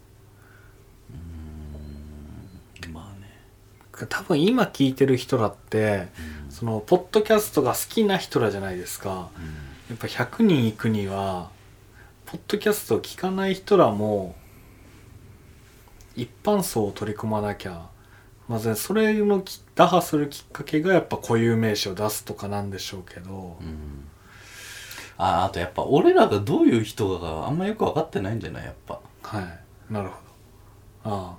まあね、 多分今聞いてる人らって、そのポッドキャストが好きな人らじゃないですか。やっぱ100人行くにはポッドキャストを聞かない人らも一般層を取り込まなきゃまずそれの打破するきっかけがやっぱ固有名詞を出すとかなんでしょうけど、 あとやっぱ俺らがどういう人があんまよく分かってないんじゃない？やっぱ。 はい、なるほど。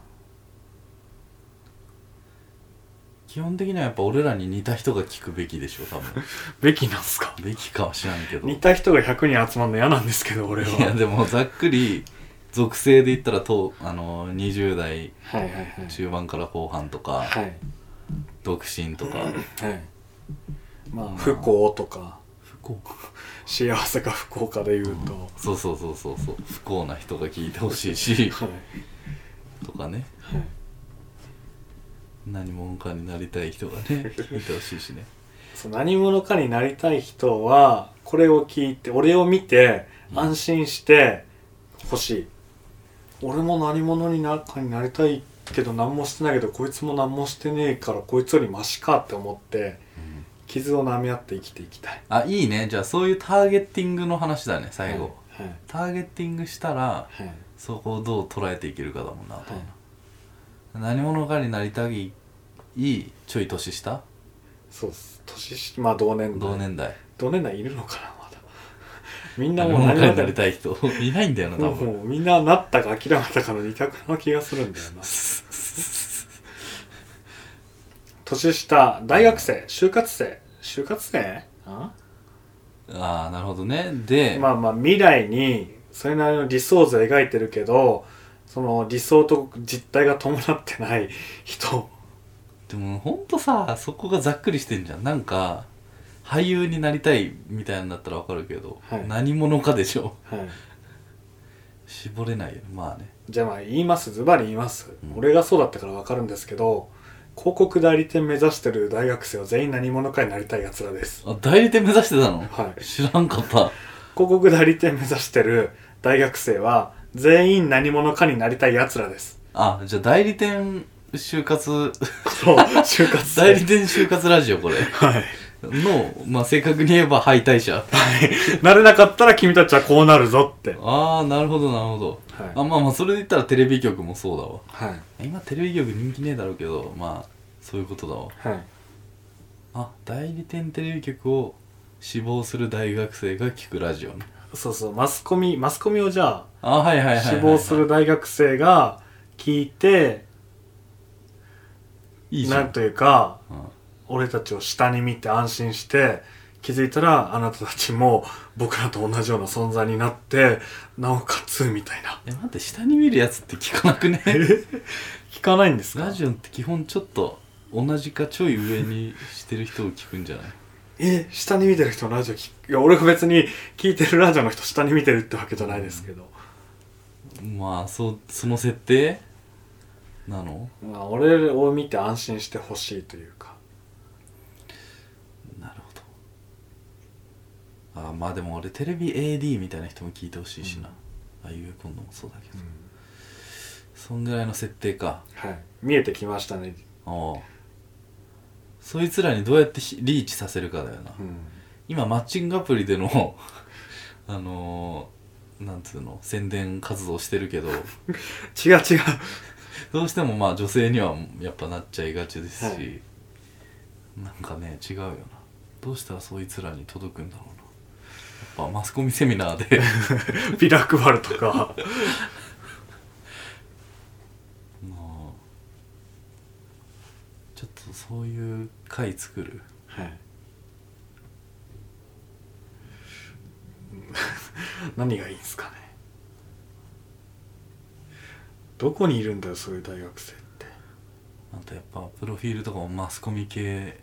基本的にはやっぱ俺らに似た人が聞くべきでしょ多分べきなんすか？ べきかは知らんけど、 似た人が100人集まるの嫌なんですけど俺は。 いやでもざっくり属性で言ったら20代中盤から後半とか、独身とか、 まあ不幸とか、 不幸せか不幸かで言うと、 そうそうそうそうそう、不幸な人が聞いてほしいし、 はい、 とかね、 はい、 何者かになりたい人がね聞いてほしいしね。 そう、何者かになりたい人はこれを聞いて、俺を見て安心してほしい、俺も何者になりたいけど何もしてないけどこいつも何もしてねえからこいつよりマシかって思って傷を舐め合って生きていきたい。 あ、いいね。じゃあそういうターゲッティングの話だね、最後、 はいはい、 ターゲッティングしたら、 はい、 そこをどう捉えていけるかだもんな、 はい、 何者かになりたいちょい年下、 そうです。まあ同年代いるのかな、まだみんなもう何者かになりたい人いないんだよな、多分。 もうみんななったか諦めたかの二択な気がするんだよな年下、大学生、就活生ああ、なるほどね。で、 まあまあ未来にそれなりの理想図を描いてるけど、その理想と実態が伴ってない人。 でもほんとさ、そこがざっくりしてんじゃん。なんか俳優になりたいみたいなんだったらわかるけど、 はい、 何者かでしょ、 はい、 絞れないよね。まあね。 じゃあまあズバリ言います、俺がそうだったからわかるんですけど、広告代理店目指してる大学生は全員何者かになりたいやつらです。 あ、代理店目指してたの？ はい。 知らんかった。 広告代理店目指してる大学生は全員何者かになりたいやつらです。 あ、じゃあ代理店就活そう、就活代理店就活ラジオこれ。 はい。 の、まあ正確に言えば敗退者。 はい。なれなかったら君たちはこうなるぞって。 ああ、なるほどなるほど。はい、あ、まあまあそれで言ったらテレビ局もそうだわ。はい。今テレビ局人気ねえだろうけど、まあそういうことだわ。はい。あ、代理店テレビ局を志望する大学生が聞くラジオね。 そうそう、マスコミをじゃあ、はいはいはいはい、はい、 志望する大学生が聞いて、いいじゃん。なんというか、うん、俺たちを下に見て安心して気づいたらあなたたちも僕らと同じような存在になってなおかつみたいな。 待って、下に見るやつって聞かなくね？ 聞かないんですか？ ラジオって基本ちょっと同じかちょい上にしてる人を聞くんじゃない？ 下に見てる人のラジオ聞く？いや、俺が別に聞いてるラジオの人下に見てるってわけじゃないですけど、 まあその設定なの？ まあ俺を見て安心してほしいというか。 なるほど。あ、まあでも俺テレビ AD みたいな人も聞いてほしいしな、ああいう今度もそうだけど、そんぐらいの設定か。 はい、見えてきましたね。 ああ、そいつらにどうやってリーチさせるかだよな、今マッチングアプリでのなんつうの、宣伝活動してるけど違うどうしてもまあ女性にはやっぱなっちゃいがちですし、はい、なんかね違うよな。どうしたらそいつらに届くんだろうな。やっぱマスコミセミナーでビラ配るとかちょっとそういう会作る。はい何がいいんすかね。どこにいるんだよそういう大学生って。 あとやっぱプロフィールとかもマスコミ系。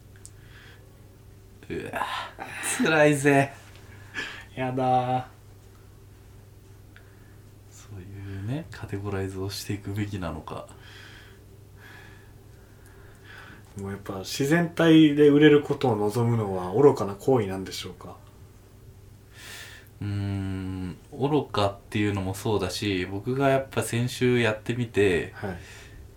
うわ辛いぜやだ。 そういうねカテゴライズをしていくべきなのか。 もうやっぱ自然体で売れることを望むのは愚かな行為なんでしょうか。 愚かっていうのもそうだし、僕がやっぱ先週やってみて、はい、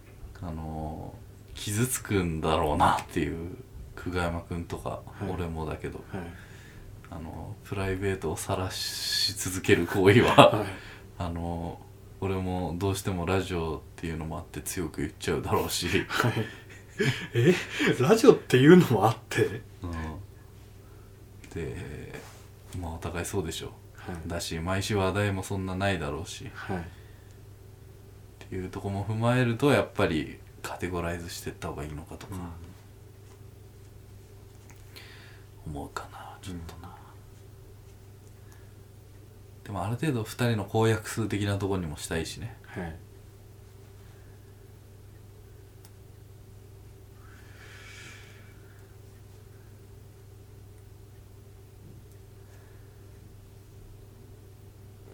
傷つくんだろうなっていう、久我山くんとか、はい、俺もだけど、はい、プライベートを晒し続ける行為は、はい、俺もどうしてもラジオっていうのもあって強く言っちゃうだろうし、はい、 ラジオっていうのもあって、 でまあお互いそうでしょ、はい、だし毎週話題もそんなないだろうし、はい、っていうとこも踏まえるとやっぱりカテゴライズしていった方がいいのかとか、思うかなちょっとな、でもある程度2人の公約数的なところにもしたいしね、はい、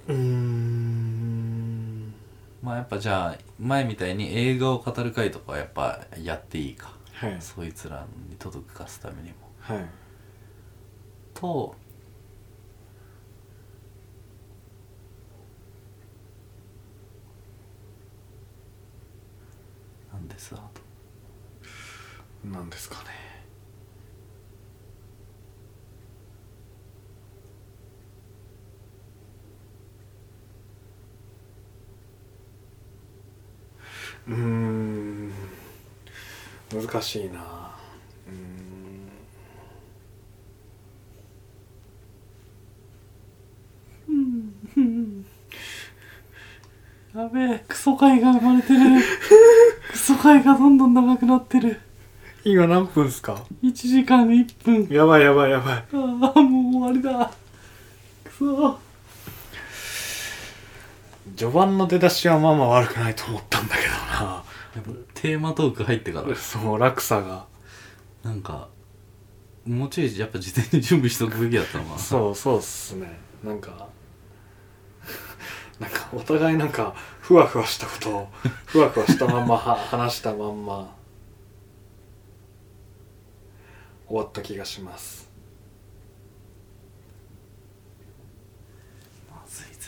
まあやっぱじゃあ前みたいに映画を語る会とかはやっぱやっていいか、 はい、 そいつらに届かすためにも、 はい、 となんですあとなんですかね。難しいな。 やべえ、クソ回が生まれてるクソ回がどんどん長くなってる。 今何分っすか 1時間1分。 やばいやばいやばい。 ああもう終わりだ。くそ。 序盤の出だしはまあまあ悪くないと思ったんだけどな。 やっぱテーマトーク入ってからそう、落差がなんかもうちょいやっぱ事前に準備しとくべきだったのかな。 そうっすね。なんかお互いなんかふわふわしたことをふわふわしたまんま話したまんま終わった気がします。 まずいぜ。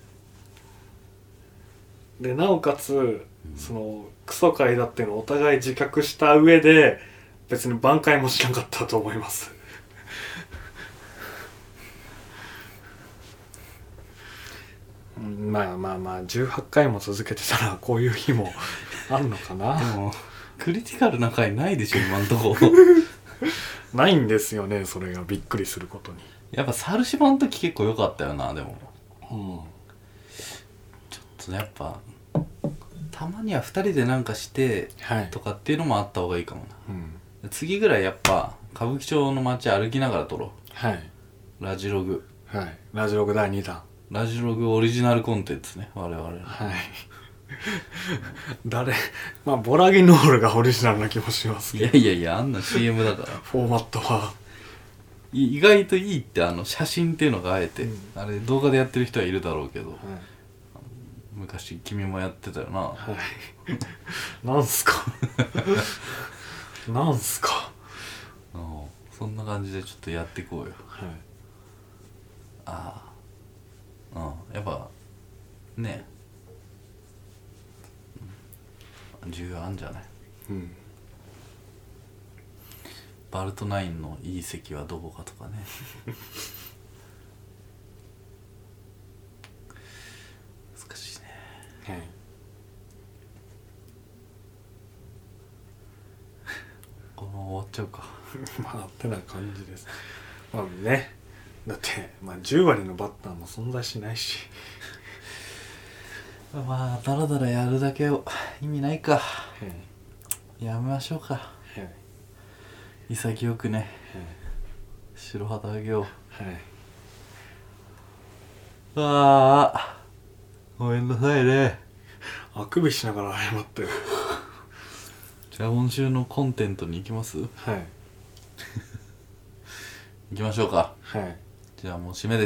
でなおかつ、そのクソ回だっていうのをお互い自覚した上で別に挽回もしなかったと思いますまあまあまあ18回も続けてたらこういう日もあるのかな。 でもクリティカルな回ないでしょ今んとこないんですよね、それがびっくりすることに。 やっぱサルシバの時結構良かったよな。でもちょっとやっぱたまには2人でなんかしてとかっていうのもあった方がいいかもな、次ぐらいやっぱ歌舞伎町の街歩きながら撮ろう。ラジログ、 ラジログ第2弾、 ラジログオリジナルコンテンツね我々の。 まあボラギノールがオリジナルな気もしますけど。 いやあんな CM だからフォーマットは意外といいって。写真っていうのがあえて、あれ動画でやってる人はいるだろうけど、昔君もやってたよな。 なんすかなんすか。 そんな感じでちょっとやっていこうよ。やっぱね重要あんじゃない。バルトナインのいい席はどこかとかね難しいね。このまま終わっちゃうかまあってな感じです。まあね、だってまあ10割のバッターも存在しないしまあダラダラやるだけ意味ないか、やめましょうか、潔くね、白旗あげよう。ああごめんなさいね。 あくびしながら謝ってるじゃあ今週のコンテンツに行きます。行きましょうか。じゃあもう締めです。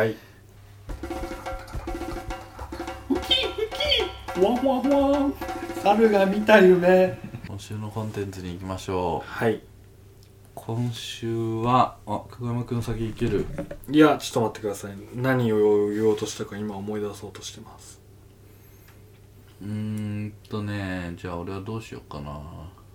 ワンワンワン、猿が見た夢。 今週のコンテンツに行きましょう。今週は久我山くん先行ける？ いやちょっと待ってください。何を言おうとしたか今思い出そうとしてます。 じゃあ俺はどうしようかな。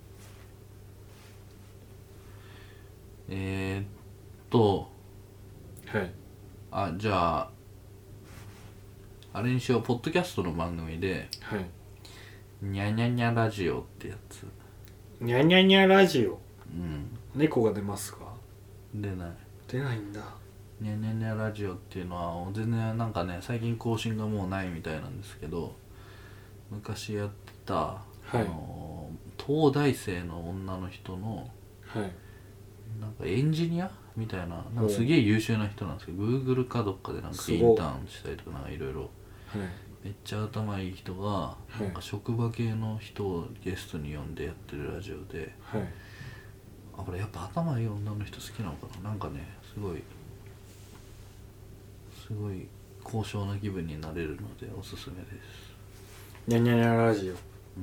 じゃああれにしよう。ポッドキャストの番組でにゃにゃにゃラジオってやつ。 にゃにゃにゃラジオ。猫が出ますか？ 出ないんだ。 にゃにゃにゃラジオっていうのは全然なんかね最近更新がもうないみたいなんですけど、昔やってた、東大生の女の人の、なんかエンジニアみたいな、なんかすげえ優秀な人なんですけど、Google かどっかでなんかインターンしたりとかなんかいろいろめっちゃ頭いい人が、なんか職場系の人をゲストに呼んでやってるラジオで、これやっぱ頭いい女の人好きなのかな。なんかねすごい高尚な気分になれるのでおすすめです。 にゃにゃにゃラジオ。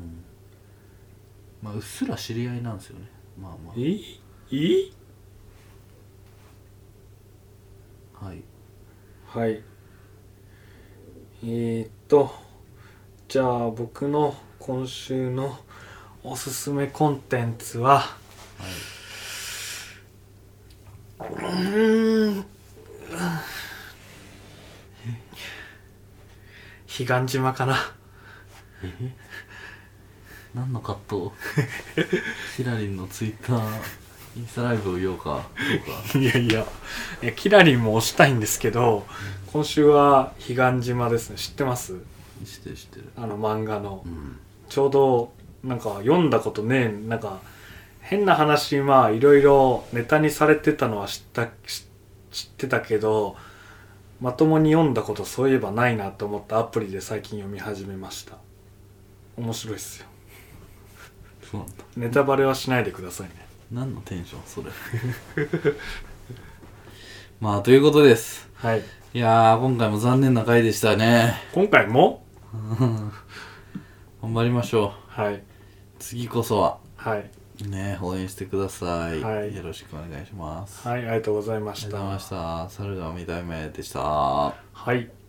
まあうっすら知り合いなんですよね。まあまあはいはい。じゃあ僕の今週のおすすめコンテンツは、彼岸島かな。 何の葛藤キラリンのツイッターインスタライブを言おうかどうか。 いやキラリンも推したいんですけど、今週は彼岸島ですね。知ってます？ 知ってる。 漫画の、ちょうどなんか読んだことねえ、なんか変な話、まあいろいろネタにされてたのは知ってたけど、まともに読んだことそういえばないなと思ったアプリで最近読み始めました。面白いっすよ。 そうなんだ。 ネタバレはしないでくださいね。 何のテンションそれまあということです。 はい。 いやー今回も残念な回でしたね。 今回も頑張りましょう。はい。 次こそははいね、応援してください。 はい。 よろしくお願いします。 はい、ありがとうございました。 ありがとうございました。猿が2代目でした。 はい。